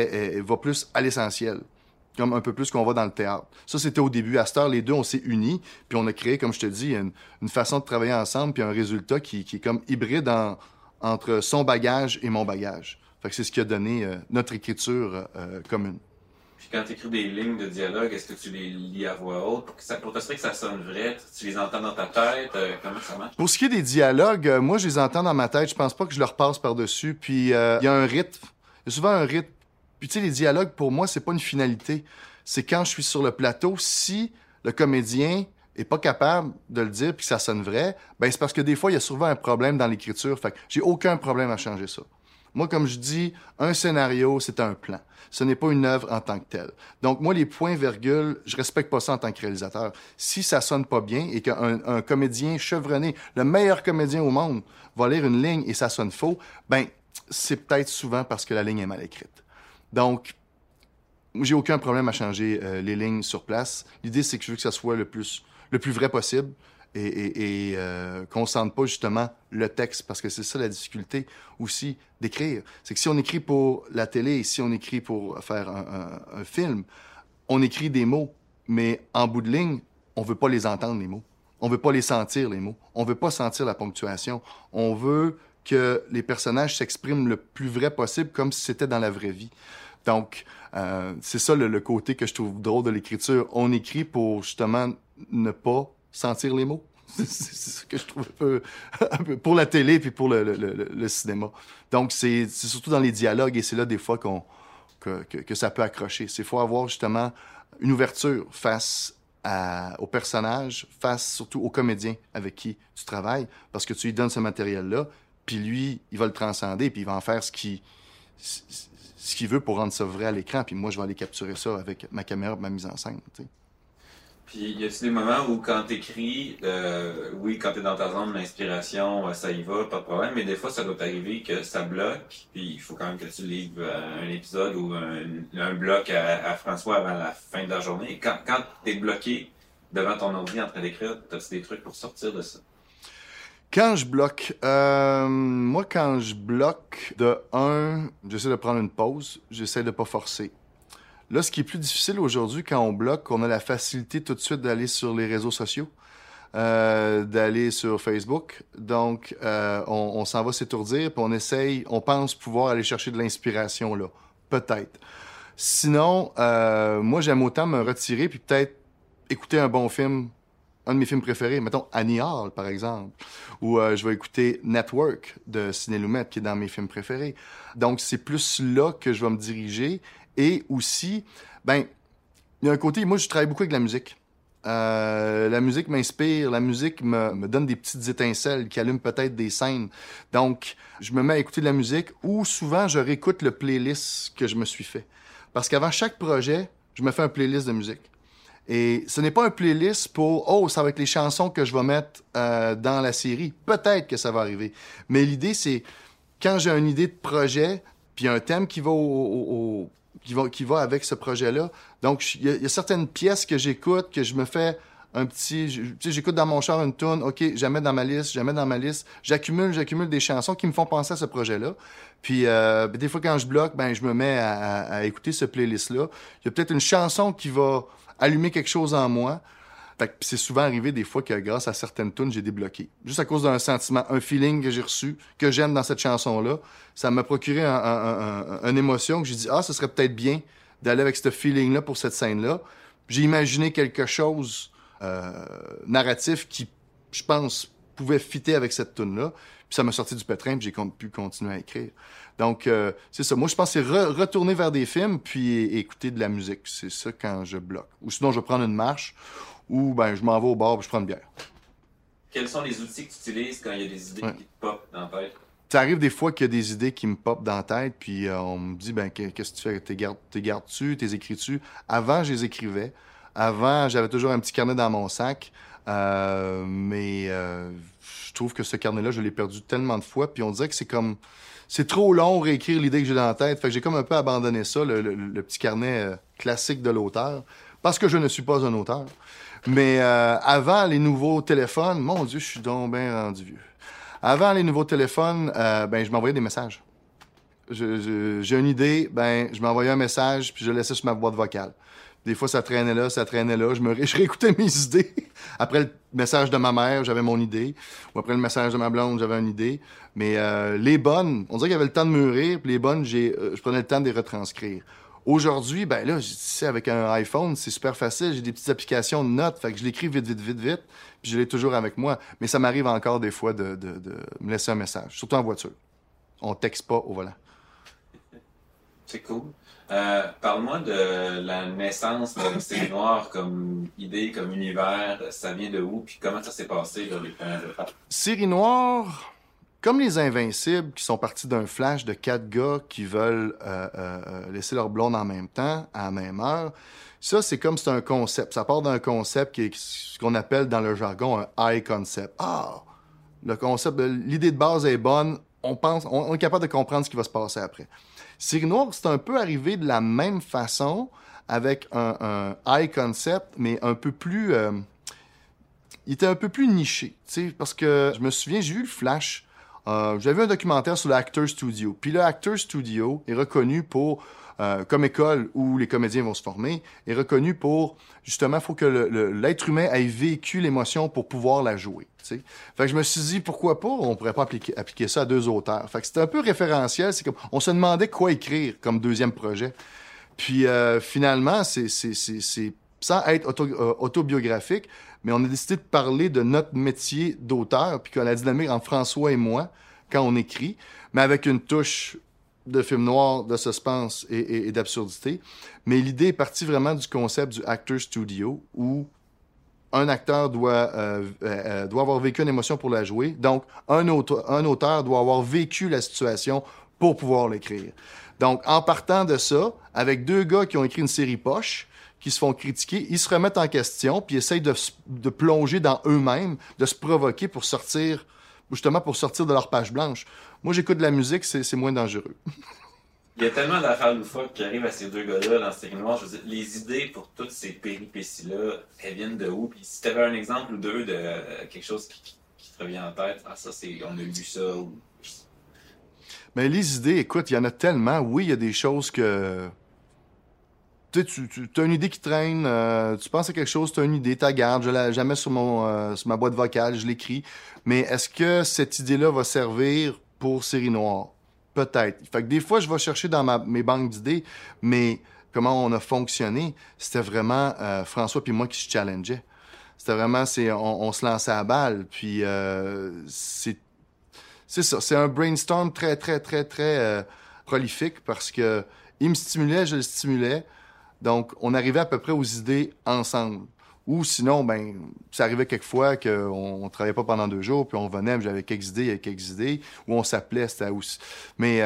Speaker 5: va plus à l'essentiel, comme un peu plus qu'on va dans le théâtre. Ça, c'était au début. À cette heure, les deux, on s'est unis, puis on a créé, comme je te dis, une façon de travailler ensemble, puis un résultat qui est comme hybride entre son bagage et mon bagage. Fait que c'est ce qui a donné notre écriture commune.
Speaker 4: Puis quand tu écris des lignes de dialogue, est-ce que tu les lis à voix haute pour t'assurer que ça sonne vrai? Tu les entends dans ta tête? Comment ça marche? Pour
Speaker 5: ce qui est des dialogues, moi, je les entends dans ma tête. Je pense pas que je leur passe par-dessus. Puis il y a un rythme. Il y a souvent un rythme. Puis tu sais, les dialogues, pour moi, c'est pas une finalité. C'est quand je suis sur le plateau, si le comédien est pas capable de le dire puis que ça sonne vrai, ben c'est parce que des fois, il y a souvent un problème dans l'écriture. Fait que j'ai aucun problème à changer ça. Moi, comme je dis, un scénario, c'est un plan. Ce n'est pas une œuvre en tant que telle. Donc, moi, les points-virgules, je respecte pas ça en tant que réalisateur. Si ça sonne pas bien et qu'un comédien chevronné, le meilleur comédien au monde, va lire une ligne et ça sonne faux, ben, c'est peut-être souvent parce que la ligne est mal écrite. Donc, j'ai aucun problème à changer les lignes sur place. L'idée, c'est que je veux que ça soit le plus vrai possible. Et qu'on ne sente pas justement le texte, parce que c'est ça la difficulté aussi d'écrire. C'est que si on écrit pour la télé, si on écrit pour faire un film, on écrit des mots, mais en bout de ligne, on veut pas les entendre, les mots. On veut pas les sentir, les mots. On veut pas sentir la ponctuation. On veut que les personnages s'expriment le plus vrai possible, comme si c'était dans la vraie vie. Donc, c'est ça le côté que je trouve drôle de l'écriture. On écrit pour justement ne pas sentir les mots. C'est ce que je trouve un peu pour la télé puis pour le cinéma. Donc, c'est surtout dans les dialogues et c'est là, des fois, que ça peut accrocher. Il faut avoir, justement, une ouverture face aux personnages, face surtout aux comédiens avec qui tu travailles, parce que tu lui donnes ce matériel-là, puis lui, il va le transcender, puis il va en faire ce qu'il veut pour rendre ça vrai à l'écran, puis moi, je vais aller capturer ça avec ma caméra, ma mise en scène, tu sais.
Speaker 4: Puis, y a-t-il des moments où, quand t'écris, oui, quand t'es dans ta zone d'inspiration, ça y va, pas de problème, mais des fois, ça doit t'arriver que ça bloque, puis il faut quand même que tu livres un épisode ou un bloc à François avant la fin de la journée. Quand t'es bloqué devant ton ordi en train d'écrire, t'as-tu des trucs pour sortir de ça?
Speaker 5: Quand je bloque, moi, quand je bloque, j'essaie de prendre une pause, j'essaie de pas forcer. Là, ce qui est plus difficile aujourd'hui, quand on bloque, on a la facilité tout de suite d'aller sur les réseaux sociaux, d'aller sur Facebook. Donc, on s'en va s'étourdir, puis on pense pouvoir aller chercher de l'inspiration là. Peut-être. Sinon, moi, j'aime autant me retirer, puis peut-être écouter un bon film, un de mes films préférés, mettons Annie Hall, par exemple, ou je vais écouter Network de Sidney Lumet, qui est dans mes films préférés. Donc, c'est plus là que je vais me diriger. Et aussi, il y a un côté, moi, je travaille beaucoup avec la musique. La musique m'inspire, la musique me donne des petites étincelles qui allument peut-être des scènes. Donc, je me mets à écouter de la musique ou souvent, je réécoute le playlist que je me suis fait. Parce qu'avant chaque projet, je me fais un playlist de musique. Et ce n'est pas un playlist pour « ça va être les chansons que je vais mettre dans la série ». Peut-être que ça va arriver. Mais l'idée, c'est quand j'ai une idée de projet, puis un thème qui va qui va avec ce projet-là. Donc, il y a certaines pièces que j'écoute, que je me fais j'écoute dans mon char une tune, OK, jamais dans ma liste. J'accumule des chansons qui me font penser à ce projet-là. Puis, des fois, quand je bloque, je me mets à écouter ce playlist-là. Il y a peut-être une chanson qui va allumer quelque chose en moi. Fait que c'est souvent arrivé des fois que grâce à certaines tunes, j'ai débloqué. Juste à cause d'un sentiment, un feeling que j'ai reçu, que j'aime dans cette chanson-là. Ça m'a procuré une émotion que j'ai dit, ce serait peut-être bien d'aller avec ce feeling-là pour cette scène-là. J'ai imaginé quelque chose narratif qui, je pense, pouvait fitter avec cette tune-là. Puis ça m'a sorti du pétrin, puis j'ai pu continuer à écrire. Donc, c'est ça. Moi, je pense que c'est retourner vers des films, puis écouter de la musique. C'est ça quand je bloque. Ou sinon, je vais prendre une marche, ou je m'en vais au bar et je prends une bière. Quels sont les outils que tu utilises quand il y a des idées qui te popent dans la tête? Ça arrive des fois qu'il y a des idées qui me popent dans la tête, puis on me dit, qu'est-ce que tu fais? T'es gardes-tu? T'es écris-tu? Avant, je les écrivais. Avant, j'avais toujours un petit carnet dans mon sac. Mais je trouve que ce carnet-là, je l'ai perdu tellement de fois, puis on dirait que c'est trop long réécrire l'idée que j'ai dans la tête. Fait que j'ai comme un peu abandonné ça, le petit carnet classique de l'auteur, parce que je ne suis pas un auteur. Mais avant les nouveaux téléphones, mon Dieu, je suis donc bien rendu vieux. Avant les nouveaux téléphones, je m'envoyais des messages. J'ai une idée, je m'envoyais un message, puis je le laissais sur ma boîte vocale. Des fois, ça traînait là. Je réécoutais mes idées. Après le message de ma mère, j'avais mon idée. Ou après le message de ma blonde, j'avais une idée. Mais les bonnes, on dirait qu'il y avait le temps de mûrir, puis les bonnes, je prenais le temps de les retranscrire. Aujourd'hui, là, avec un iPhone, c'est super facile. J'ai des petites applications de notes, fait que je l'écris vite, puis je l'ai toujours avec moi. Mais ça m'arrive encore des fois de me laisser un message, surtout en voiture. On texte pas au volant.
Speaker 4: C'est cool. Parle-moi de la naissance de Série Noire comme idée, comme univers. Ça vient de où? Puis comment ça s'est passé, là, les premières étapes?
Speaker 5: Série Noire, comme les Invincibles, qui sont partis d'un flash de 4 gars qui veulent laisser leur blonde en même temps, à la même heure, ça, c'est un concept. Ça part d'un concept qui est ce qu'on appelle dans le jargon un high concept. Le concept, l'idée de base est bonne. On est capable de comprendre ce qui va se passer après. Série Noire, c'est un peu arrivé de la même façon, avec un high concept, mais un peu plus... il était un peu plus niché, parce que je me souviens, j'ai vu le flash. J'avais vu un documentaire sur l'Actors Studio. Puis le Actors Studio est reconnu pour, comme école où les comédiens vont se former, est reconnu pour, justement, il faut que l'être humain ait vécu l'émotion pour pouvoir la jouer. T'sais. Fait que je me suis dit, pourquoi pas, on pourrait pas appliquer ça à 2 auteurs. Fait que c'était un peu référentiel, c'est comme, on se demandait quoi écrire comme deuxième projet. Puis finalement, c'est sans être autobiographique, mais on a décidé de parler de notre métier d'auteur, puis que la dynamique entre François et moi, quand on écrit, mais avec une touche de film noir, de suspense et d'absurdité. Mais l'idée est partie vraiment du concept du actor studio, où un acteur doit avoir vécu une émotion pour la jouer. Donc, un auteur doit avoir vécu la situation pour pouvoir l'écrire. Donc, en partant de ça, avec deux gars qui ont écrit une série poche, qui se font critiquer, ils se remettent en question, puis essayent de plonger dans eux-mêmes, de se provoquer pour sortir, justement pour sortir de leur page blanche. Moi, j'écoute de la musique, c'est moins dangereux.
Speaker 4: Il y a tellement d'affaires loufoques qui arrivent à ces deux gars-là dans Série Noire. Je veux dire, les idées pour toutes ces péripéties-là, elles viennent de où? Puis si tu avais un exemple ou deux de quelque chose qui te revient en tête, ça, on a lu ça. Ou...
Speaker 5: Mais les idées, écoute, il y en a tellement. Oui, il y a des choses que... Tu as une idée qui traîne, tu penses à quelque chose, tu as une idée, tu la gardes, je la mets sur ma boîte vocale, je l'écris. Mais est-ce que cette idée-là va servir pour Série Noire? Peut-être. Fait que des fois, je vais chercher dans mes banques d'idées, mais comment on a fonctionné, c'était vraiment François puis moi qui se challengeait. C'était vraiment, on se lançait à balle, puis c'est ça. C'est un brainstorm très, très, très, très prolifique parce que il me stimulait, je le stimulais. Donc, on arrivait à peu près aux idées ensemble. Ou sinon, ben, ça arrivait quelquefois qu'on ne travaillait pas pendant 2 jours, puis on revenait, j'avais quelques idées, il y avait quelques idées, ou on s'appelait, c'était aussi. Mais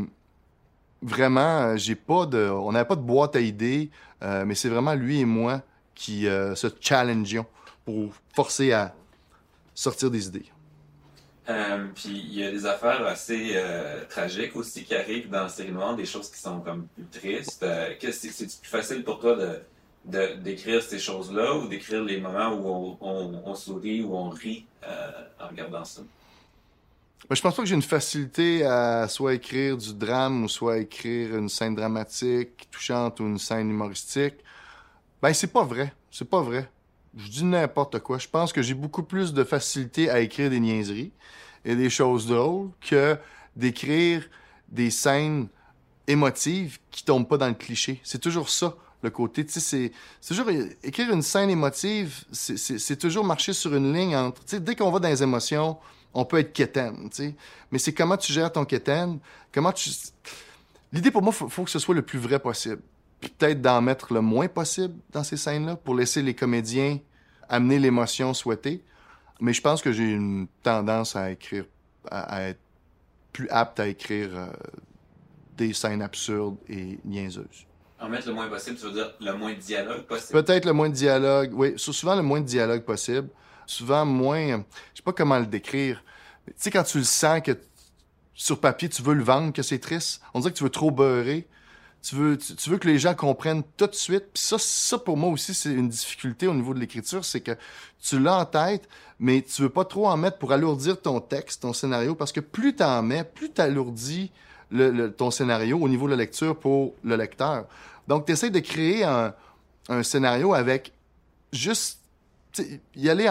Speaker 5: vraiment, on n'avait pas de boîte à idées, mais c'est vraiment lui et moi qui se challengions pour forcer à sortir des idées.
Speaker 4: Puis il y a des affaires assez tragiques aussi qui arrivent dans la Série Noire, des choses qui sont comme plus tristes. C'est plus facile pour toi d'écrire ces choses-là ou d'écrire les moments où on sourit ou on rit en regardant ça?
Speaker 5: Ben, je pense pas que j'ai une facilité à soit écrire du drame ou soit écrire une scène dramatique, touchante ou une scène humoristique. Ben, c'est pas vrai. C'est pas vrai. Je dis n'importe quoi. Je pense que j'ai beaucoup plus de facilité à écrire des niaiseries et des choses drôles que d'écrire des scènes émotives qui tombent pas dans le cliché. C'est toujours ça, le côté. Tu sais, c'est toujours... Écrire une scène émotive, c'est toujours marcher sur une ligne entre... Tu sais, dès qu'on va dans les émotions, on peut être quétaine, tu sais. Mais c'est comment tu gères ton quétaine, comment tu... L'idée, pour moi, faut que ce soit le plus vrai possible. Puis peut-être d'en mettre le moins possible dans ces scènes-là pour laisser les comédiens amener l'émotion souhaitée. Mais je pense que j'ai une tendance à écrire, à être plus apte à écrire des scènes absurdes et niaiseuses.
Speaker 4: En mettre le moins possible, tu veux dire le moins de dialogue possible?
Speaker 5: Peut-être le moins de dialogue, oui. Souvent le moins de dialogue possible. Souvent moins... Je sais pas comment le décrire. Tu sais, quand tu le sens que sur papier, tu veux le vendre, que c'est triste, on dirait que tu veux trop beurrer. Tu veux que les gens comprennent tout de suite. Puis ça, pour moi aussi, c'est une difficulté au niveau de l'écriture, c'est que tu l'as en tête, mais tu veux pas trop en mettre pour alourdir ton texte, ton scénario, parce que plus t'en mets, plus t'alourdis ton scénario au niveau de la lecture pour le lecteur. Donc, t'essaies de créer un scénario avec juste y aller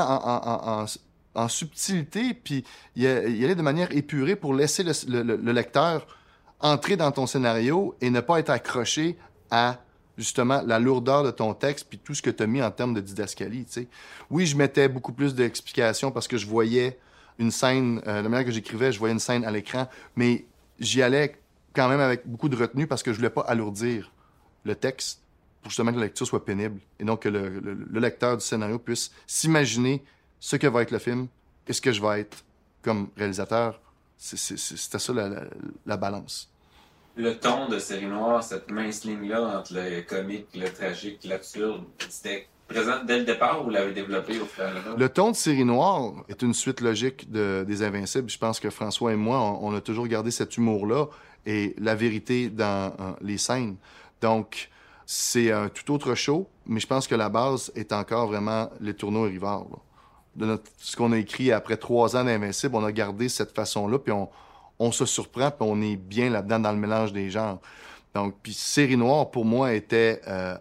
Speaker 5: en subtilité, puis y aller de manière épurée pour laisser le lecteur entrer dans ton scénario et ne pas être accroché à, justement, la lourdeur de ton texte puis tout ce que tu as mis en termes de didascalie, tu sais. Oui, je mettais beaucoup plus d'explications parce que je voyais une scène, la manière que j'écrivais, je voyais une scène à l'écran, mais j'y allais quand même avec beaucoup de retenue parce que je voulais pas alourdir le texte pour justement que la lecture soit pénible et donc que le lecteur du scénario puisse s'imaginer ce que va être le film et ce que je vais être comme réalisateur. C'était ça la balance.
Speaker 4: Le ton de Série Noire, cette mince ligne-là entre le comique, le tragique, l'absurde, c'était présent dès le départ ou vous l'avez développé au fur et à mesure?
Speaker 5: Le ton de Série Noire est une suite logique des Invincibles. Je pense que François et moi, on a toujours gardé cet humour-là et la vérité dans les scènes. Donc, c'est un tout autre show, mais je pense que la base est encore vraiment Les Tourneaux et Rivard. Ce qu'on a écrit après 3 ans d'Invincible, on a gardé cette façon-là, puis on se surprend, puis on est bien là-dedans dans le mélange des genres. Donc, puis Série Noire, pour moi, était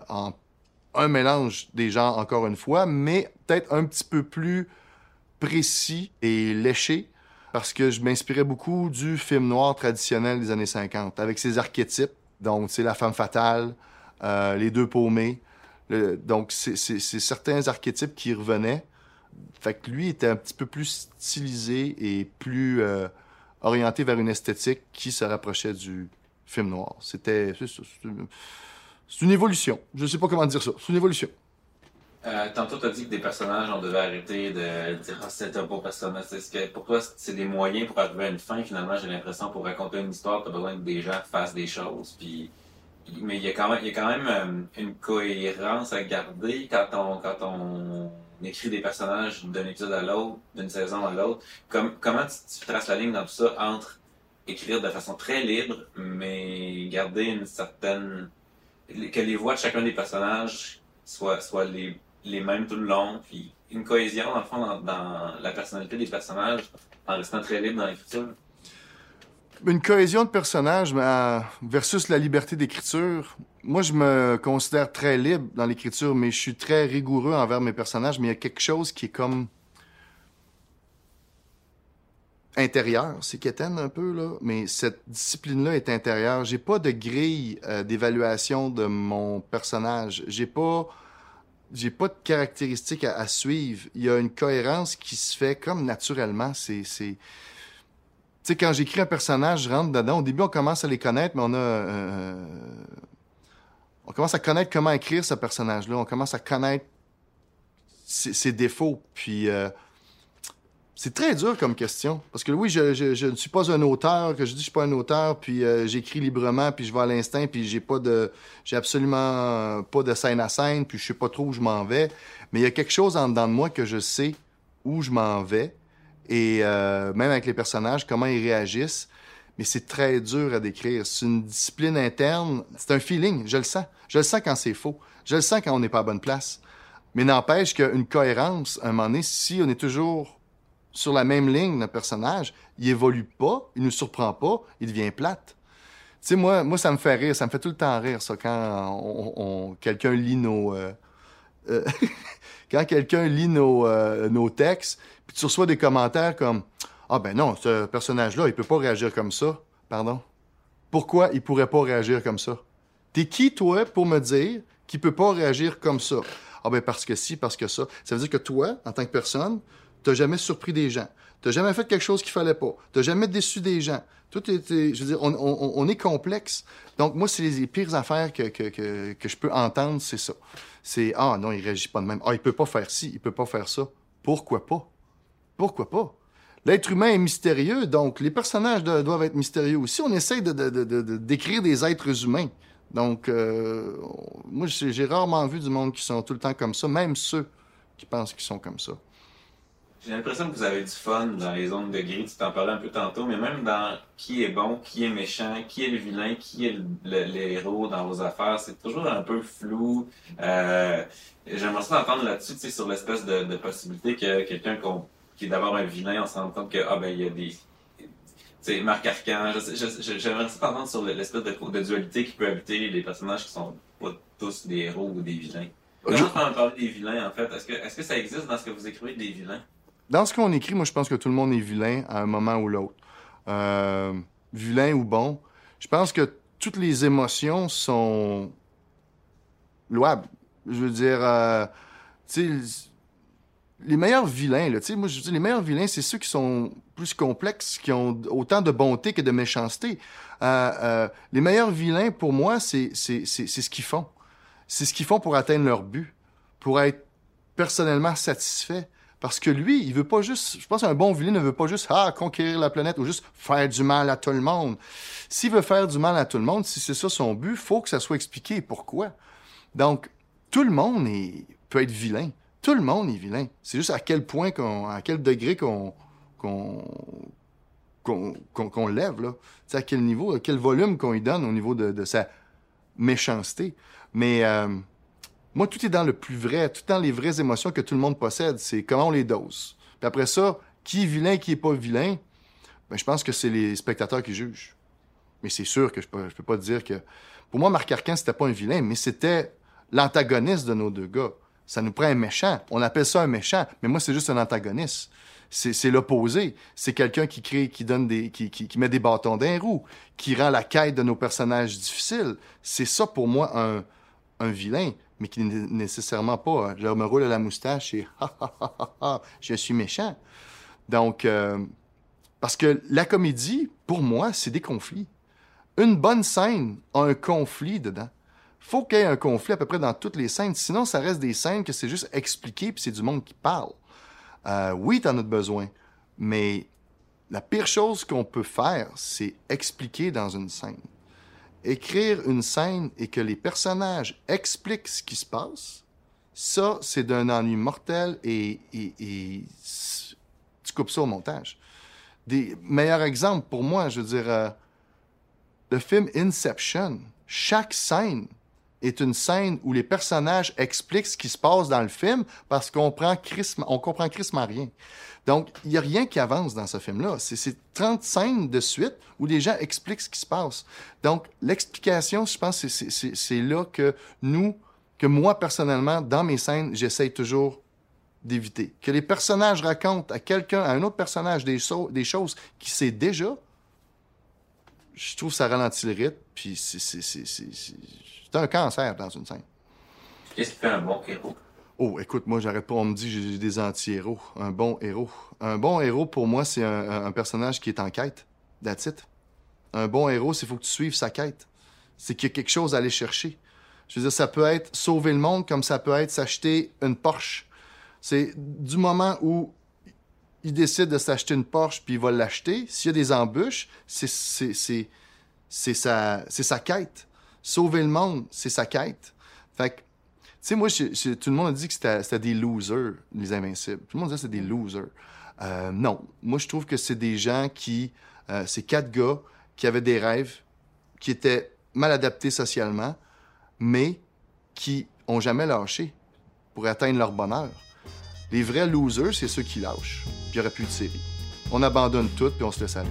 Speaker 5: un mélange des genres, encore une fois, mais peut-être un petit peu plus précis et léché, parce que je m'inspirais beaucoup du film noir traditionnel des années 50, avec ses archétypes. Donc, c'est la femme fatale, les deux paumés. Donc, c'est certains archétypes qui revenaient, Fait que lui était un petit peu plus stylisé et plus orienté vers une esthétique qui se rapprochait du film noir. C'est une évolution. Je sais pas comment dire ça. C'est une évolution.
Speaker 4: Tantôt, tu as dit que des personnages, on devait arrêter de dire « Ah, c'est un beau personnage ». Pour toi, c'est des moyens pour arriver à une fin. Finalement, j'ai l'impression, pour raconter une histoire, tu as besoin que des gens fassent des choses. Mais il y a quand même une cohérence à garder quand on écrit des personnages d'un épisode à l'autre, d'une saison à l'autre. Comment tu traces la ligne dans tout ça entre écrire de façon très libre, mais garder une certaine... que les voix de chacun des personnages soient les mêmes tout le long, puis une cohésion, dans le fond, dans la personnalité des personnages, en restant très libre dans l'écriture?
Speaker 5: Une cohésion de personnages versus la liberté d'écriture. Moi, je me considère très libre dans l'écriture, mais je suis très rigoureux envers mes personnages, mais il y a quelque chose qui est comme intérieur. C'est quétaine un peu, là, mais cette discipline-là est intérieure. J'ai pas de grille d'évaluation de mon personnage. J'ai pas de caractéristiques à suivre. Il y a une cohérence qui se fait comme naturellement. Tu sais, quand j'écris un personnage, je rentre dedans. Au début, on commence à les connaître, mais on commence à connaître comment écrire ce personnage-là. On commence à connaître ses défauts. Puis, c'est très dur comme question. Parce que oui, je ne suis pas un auteur, que je dis que je suis pas un auteur, puis j'écris librement, puis je vais à l'instinct, puis j'ai absolument pas de scène à scène, puis je sais pas trop où je m'en vais. Mais il y a quelque chose en dedans de moi que je sais où je m'en vais. Et même avec les personnages, comment ils réagissent. Mais c'est très dur à décrire. C'est une discipline interne. C'est un feeling, je le sens. Je le sens quand c'est faux. Je le sens quand on n'est pas à bonne place. Mais n'empêche qu'une cohérence, à un moment donné, si on est toujours sur la même ligne d'un personnage, il évolue pas, il nous surprend pas, il devient plate. Tu sais, moi, ça me fait rire. Ça me fait tout le temps rire, ça, quand quelqu'un lit nos... quand quelqu'un lit nos textes, puis tu reçois des commentaires comme « Ah ben non, ce personnage-là, il peut pas réagir comme ça. » Pardon? Pourquoi il pourrait pas réagir comme ça? T'es qui, toi, pour me dire qu'il peut pas réagir comme ça? Ah ben parce que si, parce que ça. Ça veut dire que toi, en tant que personne, t'as jamais surpris des gens. T'as jamais fait quelque chose qu'il fallait pas. T'as jamais déçu des gens. Tout est, je veux dire, on est complexe. Donc, moi, c'est les pires affaires que je peux entendre, c'est ça. C'est, ah non, il réagit pas de même. Ah, il peut pas faire ci, il peut pas faire ça. Pourquoi pas? Pourquoi pas? L'être humain est mystérieux, donc les personnages doivent être mystérieux aussi. On essaie d'écrire des êtres humains. Donc, moi, j'ai rarement vu du monde qui sont tout le temps comme ça, même ceux qui pensent qu'ils sont comme ça.
Speaker 4: J'ai l'impression que vous avez du fun dans les zones de gris, tu t'en parlais un peu tantôt, mais même dans qui est bon, qui est méchant, qui est le vilain, qui est le héros dans vos affaires, c'est toujours un peu flou. J'aimerais ça t'entendre là-dessus, tu sais, sur l'espèce de possibilité que quelqu'un qui est d'abord un vilain, on se rend compte que, ah ben, il y a des... Tu sais, Marc Arcan, j'aimerais ça t'entendre sur l'espèce de dualité qui peut habiter les personnages qui sont pas tous des héros ou des vilains. Comment tu peux en parler des vilains, en fait? Est-ce que ça existe dans ce que vous écrivez, des vilains?
Speaker 5: Dans ce qu'on écrit, moi, je pense que tout le monde est vilain à un moment ou l'autre. Vilain ou bon. Je pense que toutes les émotions sont louables. Je veux dire, tu sais, les meilleurs vilains, là, tu sais, moi, je veux dire, les meilleurs vilains, c'est ceux qui sont plus complexes, qui ont autant de bonté que de méchanceté. Les meilleurs vilains, pour moi, c'est ce qu'ils font. C'est ce qu'ils font pour atteindre leur but, pour être personnellement satisfait. Parce que lui, il veut pas juste... Je pense qu'un bon vilain ne veut pas juste conquérir la planète ou juste faire du mal à tout le monde. S'il veut faire du mal à tout le monde, si c'est ça son but, il faut que ça soit expliqué pourquoi. Donc, tout le monde peut être vilain. Tout le monde est vilain. C'est juste à quel point, à quel degré qu'on lève, là. T'sais, à quel niveau, à quel volume qu'on lui donne au niveau de sa méchanceté. Mais... moi, tout est dans le plus vrai, tout dans les vraies émotions que tout le monde possède. C'est comment on les dose. Puis après ça, qui est vilain, qui est pas vilain, ben, je pense que c'est les spectateurs qui jugent. Mais c'est sûr que je peux pas te dire que... Pour moi, Marc Arcan, c'était pas un vilain, mais c'était l'antagoniste de nos deux gars. Ça nous prend un méchant. On appelle ça un méchant, mais moi, c'est juste un antagoniste. C'est l'opposé. C'est quelqu'un qui crée, qui met des bâtons dans les roues, qui rend la quête de nos personnages difficile. C'est ça, pour moi, un vilain. mais qui n'est nécessairement pas je me roule à la moustache et je suis méchant. Donc, parce que la comédie, pour moi, c'est des conflits. Une bonne scène a un conflit dedans. Faut qu'il y ait un conflit à peu près dans toutes les scènes, sinon ça reste des scènes que c'est juste expliqué puis c'est du monde qui parle. Oui, t'en as besoin, mais la pire chose qu'on peut faire, c'est expliquer dans une scène. Écrire une scène et que les personnages expliquent ce qui se passe, ça, c'est d'un ennui mortel et tu coupes ça au montage. Des meilleurs exemples pour moi, je veux dire, le film Inception, chaque scène est une scène où les personnages expliquent ce qui se passe dans le film parce qu'on comprend crissement rien. Donc, il n'y a rien qui avance dans ce film-là. C'est 30 scènes de suite où les gens expliquent ce qui se passe. Donc, l'explication, je pense, c'est là que moi, personnellement, dans mes scènes, j'essaye toujours d'éviter. Que les personnages racontent à un autre personnage des choses qu'il sait déjà, je trouve que ça ralentit le rythme, puis c'est un cancer dans une scène.
Speaker 4: Qu'est-ce qui fait un bon héros?
Speaker 5: Oh, écoute, moi, j'arrête pas, on me dit que j'ai des anti-héros. Un bon héros. Un bon héros, pour moi, c'est un personnage qui est en quête. That's it. Un bon héros, c'est qu'il faut que tu suives sa quête. C'est qu'il y a quelque chose à aller chercher. Je veux dire, ça peut être sauver le monde, comme ça peut être s'acheter une Porsche. C'est du moment où il décide de s'acheter une Porsche puis il va l'acheter, s'il y a des embûches, c'est sa quête. Sauver le monde, c'est sa quête. Fait que, tu sais, moi, tout le monde a dit que c'était des losers, les Invincibles. Tout le monde disait que c'était des losers. Non. Moi, je trouve que c'est des gens c'est 4 gars qui avaient des rêves, qui étaient mal adaptés socialement, mais qui ont jamais lâché pour atteindre leur bonheur. Les vrais losers, c'est ceux qui lâchent. Puis il n'y aurait plus de série. On abandonne tout, puis on se laisse aller.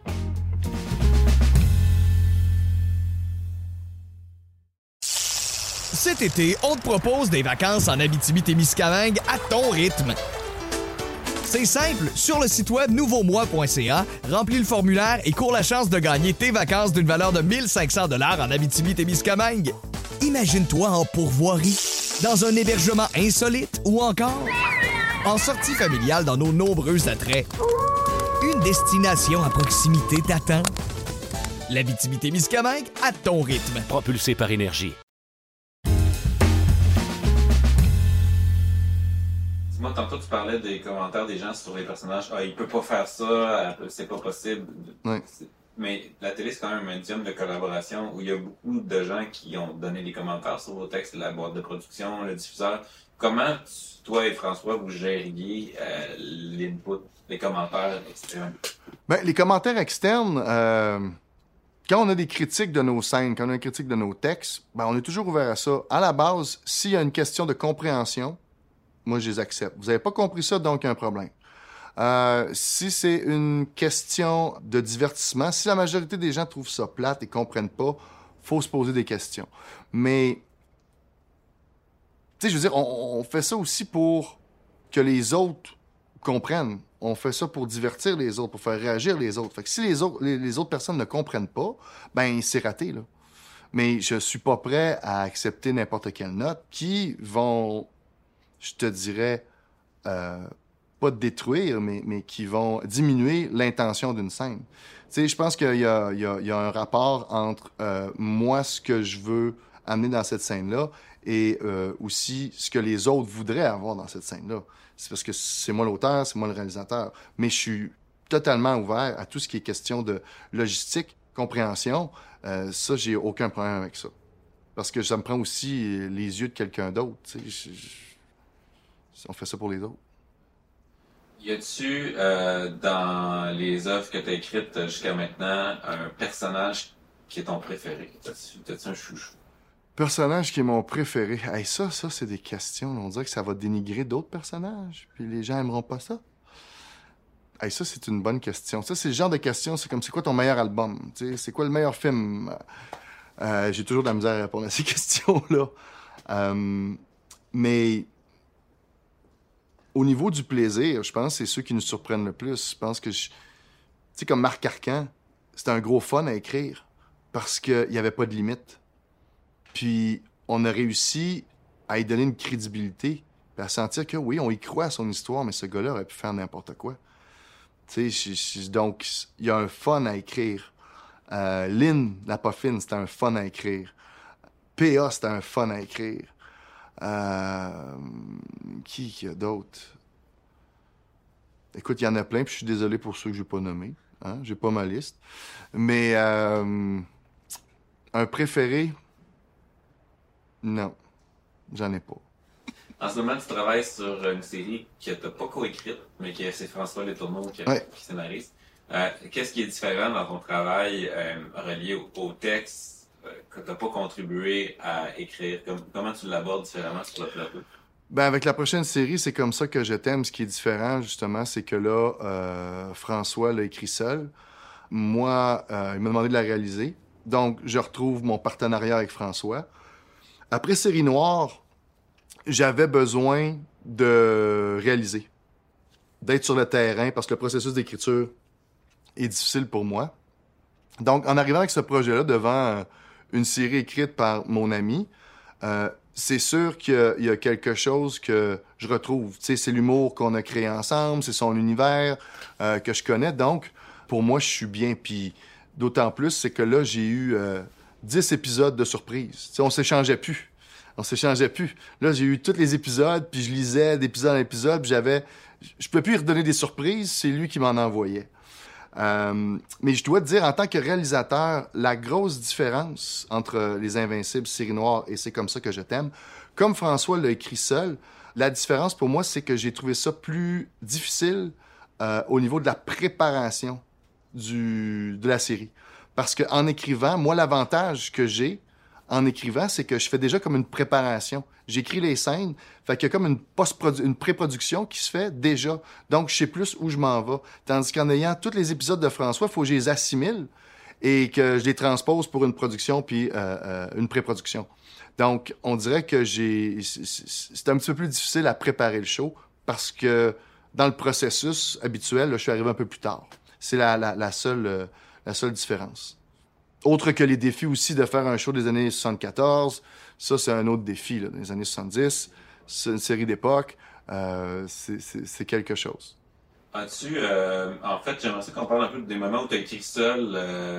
Speaker 1: Cet été, on te propose des vacances en Abitibi-Témiscamingue à ton rythme. C'est simple, sur le site web nouveaumois.ca, remplis le formulaire et cours la chance de gagner tes vacances d'une valeur de 1 500 $ en Abitibi-Témiscamingue. Imagine-toi en pourvoirie, dans un hébergement insolite ou encore en sortie familiale dans nos nombreux attraits. Une destination à proximité t'attend. L'Abitibi-Témiscamingue à ton rythme.
Speaker 2: Propulsé par Énergie.
Speaker 4: Moi, tantôt, tu parlais des commentaires des gens sur les personnages. Ah, il peut pas faire ça, c'est pas possible.
Speaker 5: Ouais.
Speaker 4: Mais la télé, c'est quand même un médium de collaboration où il y a beaucoup de gens qui ont donné des commentaires sur vos textes, la boîte de production, le diffuseur. Comment, toi et François, vous gériez l'input, les commentaires externes?
Speaker 5: Ben, les commentaires externes, quand on a des critiques de nos scènes, quand on a des critiques de nos textes, ben, on est toujours ouvert à ça. À la base, s'il y a une question de compréhension, moi, je les accepte. Vous n'avez pas compris ça, donc il y a un problème. Si c'est une question de divertissement, si la majorité des gens trouvent ça plate et comprennent pas, faut se poser des questions. Mais, tu sais, je veux dire, on fait ça aussi pour que les autres comprennent. On fait ça pour divertir les autres, pour faire réagir les autres. Fait que si les autres personnes ne comprennent pas, ben c'est raté, là. Mais je suis pas prêt à accepter n'importe quelle note qui vont, je te dirais, pas détruire, mais qui vont diminuer l'intention d'une scène. Tu sais, je pense qu'il y a un rapport entre moi, ce que je veux amener dans cette scène-là, et aussi ce que les autres voudraient avoir dans cette scène-là. C'est parce que c'est moi l'auteur, c'est moi le réalisateur. Mais je suis totalement ouvert à tout ce qui est question de logistique, compréhension. Ça, j'ai aucun problème avec ça. Parce que ça me prend aussi les yeux de quelqu'un d'autre. Tu sais, on fait ça pour les autres.
Speaker 4: Y a-tu, dans les œuvres que tu as écrites jusqu'à maintenant, un personnage qui est ton préféré? T'as-tu un chouchou?
Speaker 5: Personnage qui est mon préféré. Hey, ça, c'est des questions. On dirait que ça va dénigrer d'autres personnages, puis les gens aimeront pas ça. Hey, ça, c'est une bonne question. Ça, c'est le genre de question, c'est comme, c'est quoi ton meilleur album? Tu sais, c'est quoi le meilleur film? J'ai toujours de la misère à répondre à ces questions-là. Mais au niveau du plaisir, je pense que c'est ceux qui nous surprennent le plus. Je pense que, tu sais, comme Marc Arcan, c'était un gros fun à écrire parce qu'il n'y avait pas de limite. Puis on a réussi à y donner une crédibilité, puis à sentir que oui, on y croit à son histoire, mais ce gars-là aurait pu faire n'importe quoi. Tu sais, donc, il y a un fun à écrire. Lynn, la Poffine, c'était un fun à écrire. PA, c'était un fun à écrire. Qui y a d'autres? Écoute, il y en a plein, puis je suis désolé pour ceux que je n'ai pas nommés. Hein? J'ai pas ma liste. Mais un préféré? Non, j'en ai pas.
Speaker 4: En ce moment, tu travailles sur une série que tu n'as pas coécrite, mais que c'est François Letourneau qui scénarise. Qu'est-ce qui est différent dans ton travail relié au texte que tu n'as pas contribué à écrire? Comment tu l'abordes différemment sur le plateau?
Speaker 5: Ben, avec la prochaine série, c'est comme ça que je t'aime. Ce qui est différent, justement, c'est que là, François l'a écrit seul. Moi, il m'a demandé de la réaliser. Donc, je retrouve mon partenariat avec François. Après Série Noire, j'avais besoin de réaliser, d'être sur le terrain, parce que le processus d'écriture est difficile pour moi. Donc, en arrivant avec ce projet-là devant une série écrite par mon ami, c'est sûr qu'il y a quelque chose que je retrouve. Tu sais, c'est l'humour qu'on a créé ensemble, c'est son univers que je connais. Donc, pour moi, je suis bien. Puis, d'autant plus, c'est que là, j'ai eu 10 épisodes de surprise. Tu sais, on s'échangeait plus. Là, j'ai eu tous les épisodes, puis je lisais d'épisode en épisode, puis je peux plus lui redonner des surprises, c'est lui qui m'en envoyait. Mais je dois te dire, en tant que réalisateur, la grosse différence entre Les Invincibles, Série Noire et C'est comme ça que je t'aime, comme François l'a écrit seul, la différence pour moi, c'est que j'ai trouvé ça plus difficile au niveau de la préparation de la série. Parce qu'en écrivant, moi, l'avantage que j'ai en écrivant, c'est que je fais déjà comme une préparation. J'écris les scènes, fait qu'il y a comme une pré-production qui se fait déjà. Donc, je sais plus où je m'en vais. Tandis qu'en ayant tous les épisodes de François, il faut que je les assimile et que je les transpose pour une production puis une pré-production. Donc, on dirait que c'est un petit peu plus difficile à préparer le show parce que dans le processus habituel, là, je suis arrivé un peu plus tard. C'est la seule différence. Autre que les défis aussi de faire un show des années 74, ça, c'est un autre défi, là, des années 70. C'est une série d'époque. C'est quelque chose.
Speaker 4: As-tu, en fait, j'aimerais ça qu'on parle un peu des moments où tu as écrit seul.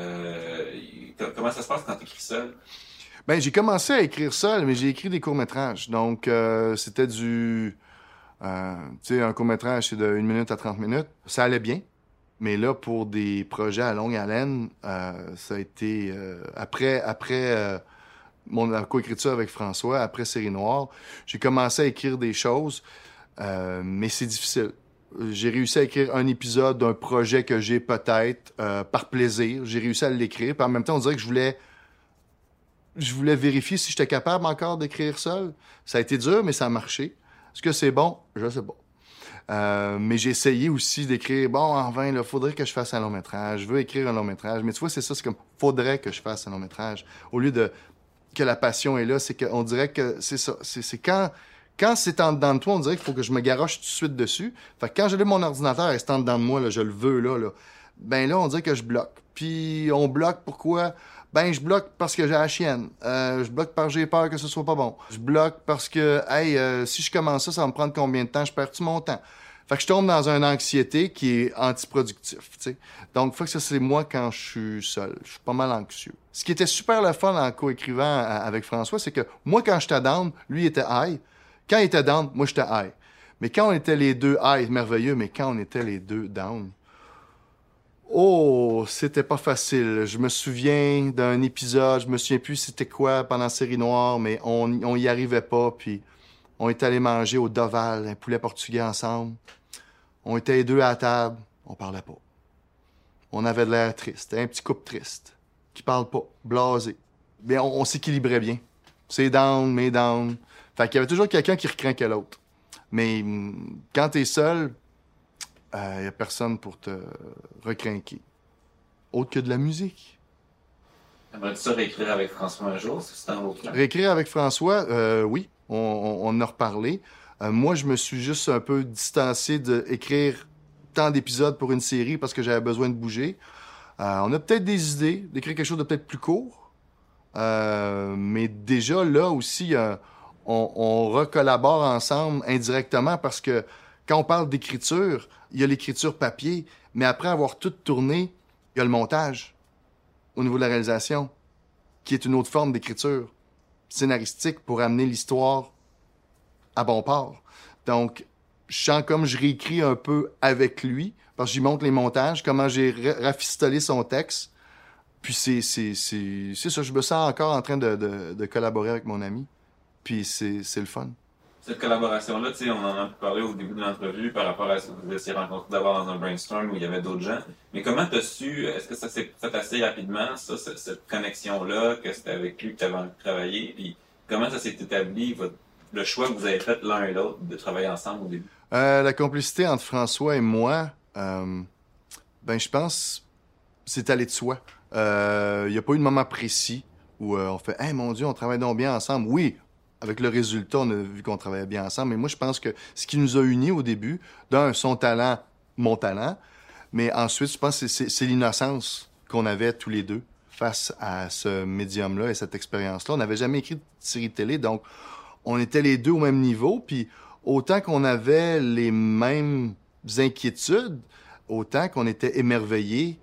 Speaker 4: Comment ça se passe quand tu écris seul?
Speaker 5: Ben, j'ai commencé à écrire seul, mais j'ai écrit des courts-métrages. Donc, c'était tu sais, un court-métrage, c'est de 1 minute à 30 minutes. Ça allait bien. Mais là, pour des projets à longue haleine, ça a été... après mon coécriture avec François, après Série Noire, j'ai commencé à écrire des choses, mais c'est difficile. J'ai réussi à écrire un épisode d'un projet que j'ai peut-être par plaisir. J'ai réussi à l'écrire. Puis en même temps, on dirait que je voulais vérifier si j'étais capable encore d'écrire seul. Ça a été dur, mais ça a marché. Est-ce que c'est bon? Je sais pas. Mais j'ai essayé aussi d'écrire, bon, en vain, il faudrait que je fasse un long-métrage, je veux écrire un long-métrage. Mais tu vois, c'est ça, c'est comme, faudrait que je fasse un long-métrage. Au lieu de que la passion est là, c'est qu'on dirait que c'est ça. C'est quand c'est en dedans de toi, on dirait qu'il faut que je me garoche tout de suite dessus. Fait que quand j'allume mon ordinateur et c'est en dedans de moi, là, je le veux, là, ben là, on dirait que je bloque. Puis on bloque, pourquoi? Ben, je bloque parce que j'ai la chienne. Je bloque parce que j'ai peur que ce soit pas bon. Je bloque parce que, si je commence ça va me prendre combien de temps? Je perds tout mon temps. Fait que je tombe dans une anxiété qui est antiproductif, tu sais. Donc, faut que ça, c'est moi quand je suis seul. Je suis pas mal anxieux. Ce qui était super le fun en coécrivant avec François, c'est que moi, quand j'étais down, lui était high. Quand il était down, moi, j'étais high. Mais quand on était les deux high, merveilleux, mais quand on était les deux down, oh, c'était pas facile. Je me souviens d'un épisode, je me souviens plus c'était quoi pendant Série Noire, mais on y arrivait pas, puis on est allé manger au Doval, un poulet portugais ensemble. On était les deux à la table, on parlait pas. On avait de l'air triste, un petit couple triste, qui parle pas, blasé. Mais on s'équilibrait bien. C'est down, mais down. Fait qu'il y avait toujours quelqu'un qui recrinquait l'autre. Mais quand t'es seul, y a personne pour te recrinquer. Autre que de la musique.
Speaker 4: Aimerais-tu ça réécrire avec François un jour, si c'est en vos plans?
Speaker 5: Réécrire avec François, oui. On en a reparlé. Moi, je me suis juste un peu distancé d'écrire tant d'épisodes pour une série parce que j'avais besoin de bouger. On a peut-être des idées d'écrire quelque chose de peut-être plus court. Mais déjà, là aussi, on recollabore ensemble indirectement parce que quand on parle d'écriture, il y a l'écriture papier, mais après avoir tout tourné, il y a le montage au niveau de la réalisation, qui est une autre forme d'écriture scénaristique pour amener l'histoire à bon port. Donc, je sens comme je réécris un peu avec lui, parce que j'y montre les montages, comment j'ai rafistolé son texte. Puis c'est ça, je me sens encore en train de collaborer avec mon ami. Puis c'est le fun.
Speaker 4: Cette collaboration-là, tu sais, on en a parlé au début de l'entrevue par rapport à ce que vous étiez rencontrés d'abord dans un brainstorm où il y avait d'autres gens. Mais comment t'as su, est-ce que ça s'est fait assez rapidement, ça, cette connexion-là, que c'était avec lui que tu avais envie de travailler? Puis comment ça s'est établi, le choix que vous avez fait l'un et l'autre de travailler ensemble au début?
Speaker 5: La complicité entre François et moi, je pense c'est allé de soi. Il n'y a pas eu de moment précis où on fait « Hey, mon Dieu, on travaille donc bien ensemble. » Oui, avec le résultat, on a vu qu'on travaillait bien ensemble. Mais moi, je pense que ce qui nous a unis au début, d'un, son talent, mon talent, mais ensuite, je pense que c'est l'innocence qu'on avait tous les deux face à ce médium-là et cette expérience-là. On n'avait jamais écrit de série télé, donc on était les deux au même niveau. Puis autant qu'on avait les mêmes inquiétudes, autant qu'on était émerveillés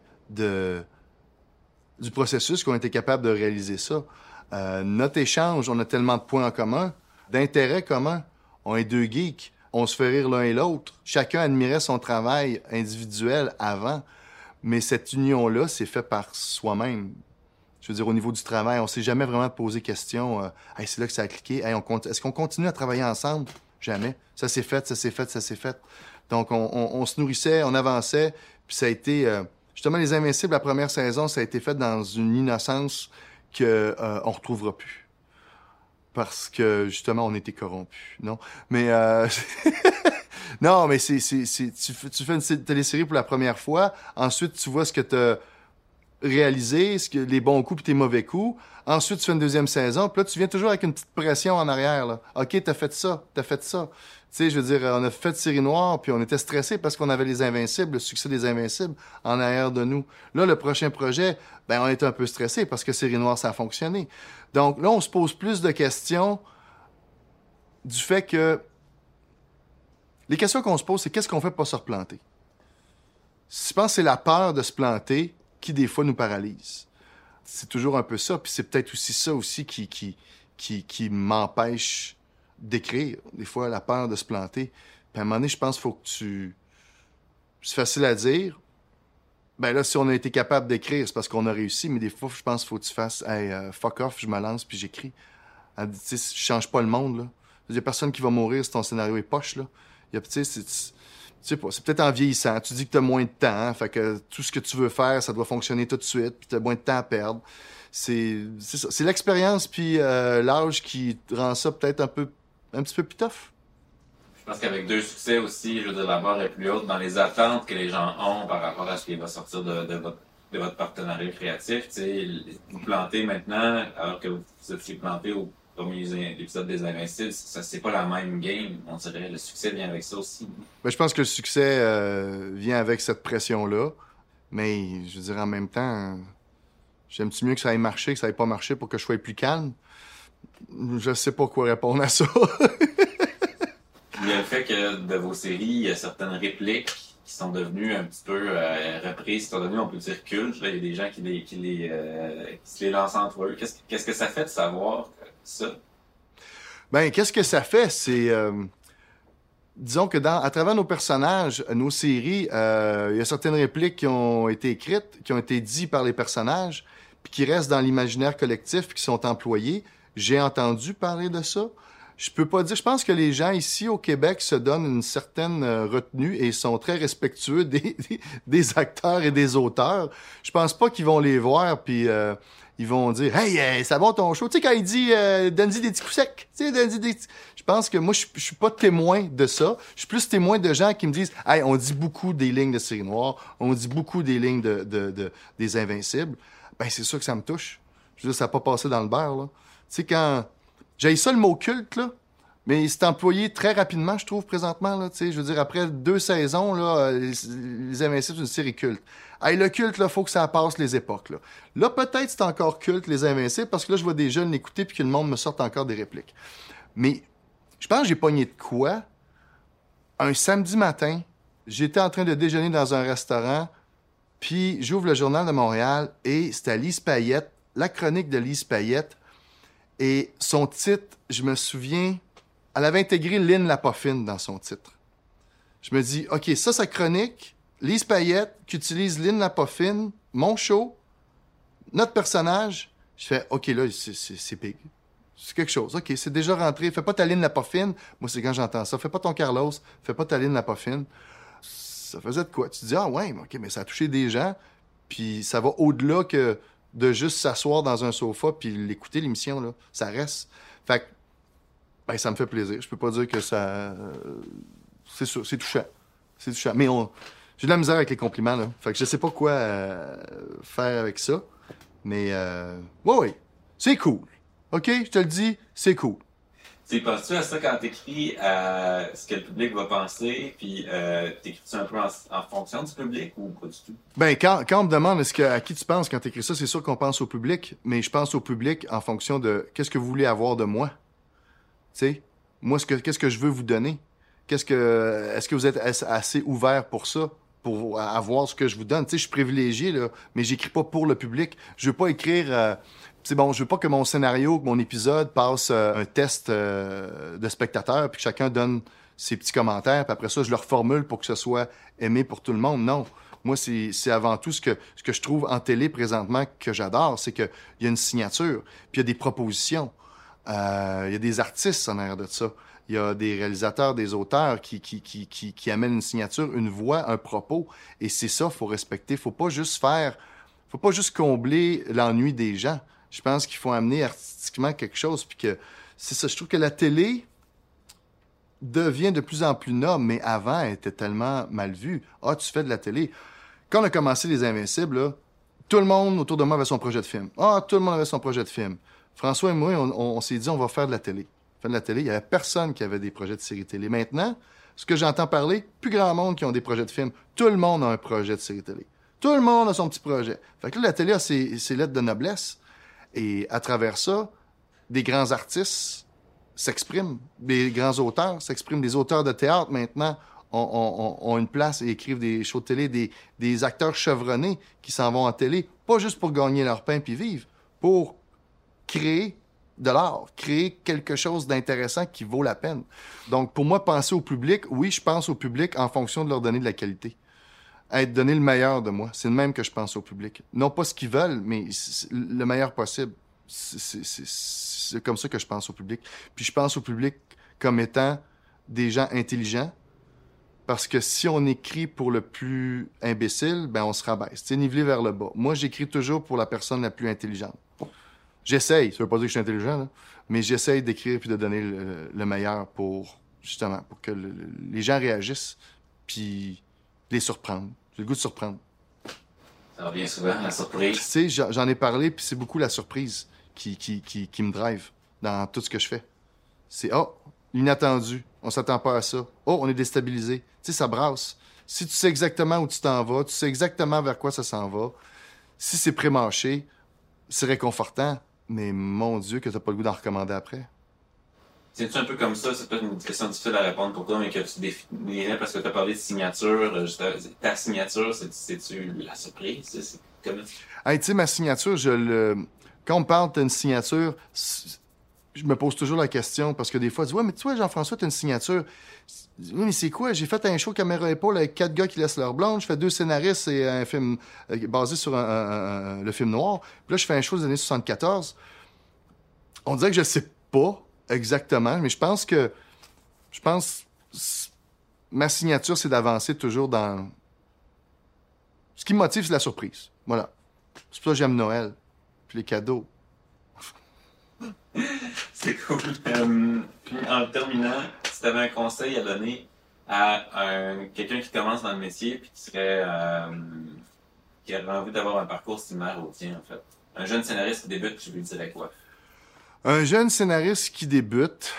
Speaker 5: du processus, qu'on était capable de réaliser ça. Notre échange, on a tellement de points en commun, d'intérêts communs. On est deux geeks. On se fait rire l'un et l'autre. Chacun admirait son travail individuel avant, mais cette union-là s'est faite par soi-même. Je veux dire, au niveau du travail, on s'est jamais vraiment posé question. Hey, c'est là que ça a cliqué. Hey, est-ce qu'on continue à travailler ensemble? Jamais. Ça s'est fait, ça s'est fait, ça s'est fait. Donc, on se nourrissait, on avançait, puis ça a été... justement, Les Invincibles, la première saison, ça a été fait dans une innocence que on retrouvera plus. Parce que, justement, on était corrompus, non? Mais, non, mais tu fais une télésérie pour la première fois, ensuite, tu vois ce que t'as réalisé, les bons coups puis tes mauvais coups. Ensuite, tu fais une deuxième saison, puis là, tu viens toujours avec une petite pression en arrière, là. OK, t'as fait ça. Tu sais, je veux dire, on a fait Série Noire, puis on était stressés parce qu'on avait Les Invincibles, le succès des Invincibles en arrière de nous. Là, le prochain projet, on était un peu stressés parce que Série Noire, ça a fonctionné. Donc là, on se pose plus de questions du fait que... Les questions qu'on se pose, c'est qu'est-ce qu'on fait pour pas se replanter? Je pense que c'est la peur de se planter qui, des fois, nous paralyse. C'est toujours un peu ça, puis c'est peut-être aussi ça aussi qui m'empêche d'écrire. Des fois, la peur de se planter. Puis à un moment donné, je pense qu'il faut que tu... C'est facile à dire. Là, si on a été capable d'écrire, c'est parce qu'on a réussi, mais des fois, je pense qu'il faut que tu fasses « Hey, fuck off, je me lance, puis j'écris. » Tu sais, je change pas le monde, là. Il y a personne qui va mourir si ton scénario est poche, là. Tu sais, c'est peut-être en vieillissant. Tu dis que t'as moins de temps, hein, fait que tout ce que tu veux faire, ça doit fonctionner tout de suite, puis t'as moins de temps à perdre. C'est ça. C'est l'expérience puis l'âge qui rend ça peut-être un petit peu plus tough.
Speaker 4: Je pense qu'avec 2 succès aussi, je veux dire, la barre est plus haute dans les attentes que les gens ont par rapport à ce qui va sortir de votre partenariat créatif. Tu sais, vous plantez maintenant, alors que vous étiez planté au premier épisode des Invincibles, ça c'est pas la même game. On dirait le succès vient avec ça aussi.
Speaker 5: Je pense que le succès vient avec cette pression-là. Mais, je veux dire, en même temps, j'aime-tu mieux que ça ait marché, que ça ait pas marché pour que je sois plus calme? Je sais pas quoi répondre à ça.
Speaker 4: Il y a le fait que de vos séries, il y a certaines répliques qui sont devenues un petit peu reprises, qui sont devenues, on peut dire, cultes. Là, il y a des gens qui se les lancent entre eux. Qu'est-ce que ça fait de savoir ça?
Speaker 5: Qu'est-ce que ça fait? C'est... disons que à travers nos personnages, nos séries, il y a certaines répliques qui ont été écrites, qui ont été dites par les personnages, puis qui restent dans l'imaginaire collectif, puis qui sont employées. J'ai entendu parler de ça. Je peux pas dire. Je pense que les gens ici au Québec se donnent une certaine retenue et sont très respectueux des acteurs et des auteurs. Je pense pas qu'ils vont les voir puis ils vont dire hey ça va ton show. Tu sais quand il dit donne-y des petits coups secs. Tu sais donne-y des. Je pense que moi je suis pas témoin de ça. Je suis plus témoin de gens qui me disent hey on dit beaucoup des lignes de Série Noire, on dit beaucoup des lignes des Invincibles. C'est sûr que ça me touche. Je veux dire ça a pas passé dans le beurre là. Tu sais quand j'ai ça le mot culte, là, mais c'est employé très rapidement, je trouve, présentement. Là, je veux dire, après 2 saisons, là, les Invincibles, c'est une série culte. Hey, le culte, là, faut que ça passe les époques. Là, peut-être c'est encore culte, les Invincibles, parce que là, je vois des jeunes l'écouter puis que le monde me sorte encore des répliques. Mais je pense que j'ai pogné de quoi? Un samedi matin, j'étais en train de déjeuner dans un restaurant, puis j'ouvre le Journal de Montréal et c'était Lise Payette, la chronique de Lise Payette. Et son titre, je me souviens, elle avait intégré Lynn Lapoffine dans son titre. Je me dis, OK, ça, sa chronique, Lise Payette, qui utilise Lynn Lapoffine, mon show, notre personnage. Je fais, OK, là, c'est big. C'est quelque chose. OK, c'est déjà rentré. Fais pas ta Lynn Lapoffine. Moi, c'est quand j'entends ça. Fais pas ton Carlos. Fais pas ta Lynn Lapoffine. Ça faisait de quoi? Tu te dis, ah ouais, OK, mais ça a touché des gens. Puis ça va au-delà que de juste s'asseoir dans un sofa puis l'écouter, l'émission, là. Ça reste. Fait que, ben, ça me fait plaisir. Je peux pas dire que ça... c'est sûr, c'est touchant. C'est touchant. Mais j'ai de la misère avec les compliments, là. Fait que je sais pas quoi faire avec ça. Mais, ouais, c'est cool. OK? Je te le dis, c'est cool.
Speaker 4: Tu penses-tu à ça quand t'écris à ce que le public va penser, puis t'écris-tu un peu en fonction du public ou pas du tout?
Speaker 5: Ben, quand on me demande à qui tu penses quand t'écris ça, c'est sûr qu'on pense au public, mais je pense au public en fonction de qu'est-ce que vous voulez avoir de moi. Tu sais? Moi, qu'est-ce que je veux vous donner? Est-ce que vous êtes assez ouvert pour ça? Pour avoir ce que je vous donne. Tu sais, je suis privilégié, là, mais j'écris pas pour le public. Je veux pas écrire... c'est bon, je veux pas que mon scénario, que mon épisode passe un test de spectateurs, puis que chacun donne ses petits commentaires, puis après ça, je le reformule pour que ce soit aimé pour tout le monde. Non. Moi, c'est avant tout ce que je trouve en télé présentement que j'adore, c'est qu'il y a une signature, puis il y a des propositions. Il y a des artistes en arrière de ça. Il y a des réalisateurs, des auteurs qui amènent une signature, une voix, un propos. Et c'est ça, faut respecter. Faut pas juste combler l'ennui des gens. Je pense qu'il faut amener artistiquement quelque chose. Puis que c'est ça. Je trouve que la télé devient de plus en plus noble, mais avant, elle était tellement mal vue. Ah, tu fais de la télé. Quand on a commencé Les Invincibles, là, tout le monde autour de moi avait son projet de film. Ah, tout le monde avait son projet de film. François et moi, on s'est dit, on va faire de la télé. Faire de la télé, il n'y avait personne qui avait des projets de série télé. Maintenant, ce que j'entends parler, plus grand monde qui ont des projets de film. Tout le monde a un projet de série télé. Tout le monde a son petit projet. Fait que là, la télé a ses lettres de noblesse. Et à travers ça, des grands artistes s'expriment. Des grands auteurs s'expriment. Des auteurs de théâtre, maintenant, ont une place et écrivent des shows de télé. Des acteurs chevronnés qui s'en vont en télé, pas juste pour gagner leur pain puis vivre, pour créer de l'art, créer quelque chose d'intéressant qui vaut la peine. Donc, pour moi, penser au public, oui, je pense au public en fonction de leur donner de la qualité. Être donné le meilleur de moi. C'est le même que je pense au public. Non pas ce qu'ils veulent, mais le meilleur possible. C'est comme ça que je pense au public. Puis je pense au public comme étant des gens intelligents, parce que si on écrit pour le plus imbécile, ben on se rabaisse. C'est nivelé vers le bas. Moi, j'écris toujours pour la personne la plus intelligente. J'essaye, ça veut pas dire que je suis intelligent, là, mais j'essaye d'écrire puis de donner le meilleur pour, justement, pour que les gens réagissent puis les surprendre. J'ai le goût de surprendre.
Speaker 4: Ça revient souvent, la surprise.
Speaker 5: Tu sais, j'en ai parlé, puis c'est beaucoup la surprise qui me drive dans tout ce que je fais. C'est, l'inattendu, on s'attend pas à ça. Oh, on est déstabilisé. Tu sais, ça brasse. Si tu sais exactement où tu t'en vas, tu sais exactement vers quoi ça s'en va, si c'est pré-mâché, c'est réconfortant. Mais mon Dieu, que t'as pas le goût d'en recommander après.
Speaker 4: C'est-tu un peu comme ça? C'est peut-être une question difficile à répondre pour toi, mais que tu définirais parce que tu as parlé de signature. Ta signature, c'est-tu la surprise? C'est comment?
Speaker 5: Hey, tu sais, ma signature, quand on parle d'une signature, je me pose toujours la question parce que des fois, je dis, ouais, mais tu vois, Jean-François, t'as une signature. Oui, mais c'est quoi? J'ai fait un show caméra épaule avec 4 gars qui laissent leur blonde. Je fais 2 scénaristes et un film basé sur le film noir. Puis là, je fais un show des années 74. On dirait que je sais pas exactement, mais je pense ma signature, c'est d'avancer toujours dans... Ce qui me motive, c'est la surprise. Voilà. C'est pour ça que j'aime Noël. Puis les cadeaux.
Speaker 4: C'est cool. Puis en terminant, si tu avais un conseil à donner à quelqu'un qui commence dans le métier puis qui aurait envie d'avoir un parcours similaire au tien, en fait. Un jeune scénariste qui débute, tu lui dirais quoi?
Speaker 5: Un jeune scénariste qui débute,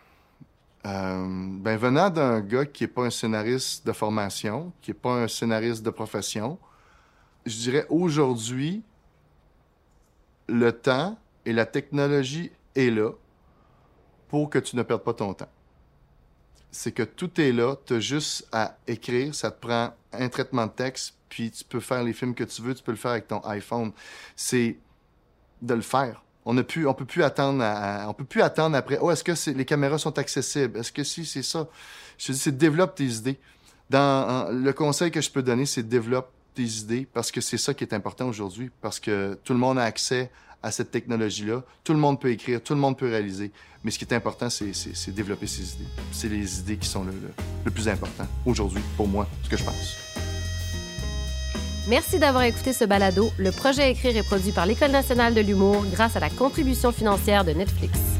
Speaker 5: venant d'un gars qui n'est pas un scénariste de formation, qui n'est pas un scénariste de profession, je dirais aujourd'hui, le temps et la technologie est là pour que tu ne perdes pas ton temps. C'est que tout est là, tu as juste à écrire, ça te prend un traitement de texte, puis tu peux faire les films que tu veux, tu peux le faire avec ton iPhone. C'est de le faire. On peut plus attendre après. Oh, est-ce que les caméras sont accessibles? Est-ce que si, c'est ça? Je te dis, c'est développe tes idées. Le conseil que je peux donner, c'est développe tes idées parce que c'est ça qui est important aujourd'hui. Parce que tout le monde a accès à cette technologie-là. Tout le monde peut écrire, tout le monde peut réaliser. Mais ce qui est important, c'est développer ses idées. C'est les idées qui sont le plus important aujourd'hui, pour moi, ce que je pense.
Speaker 3: Merci d'avoir écouté ce balado. Le projet Écrire est produit par l'École nationale de l'humour grâce à la contribution financière de Netflix.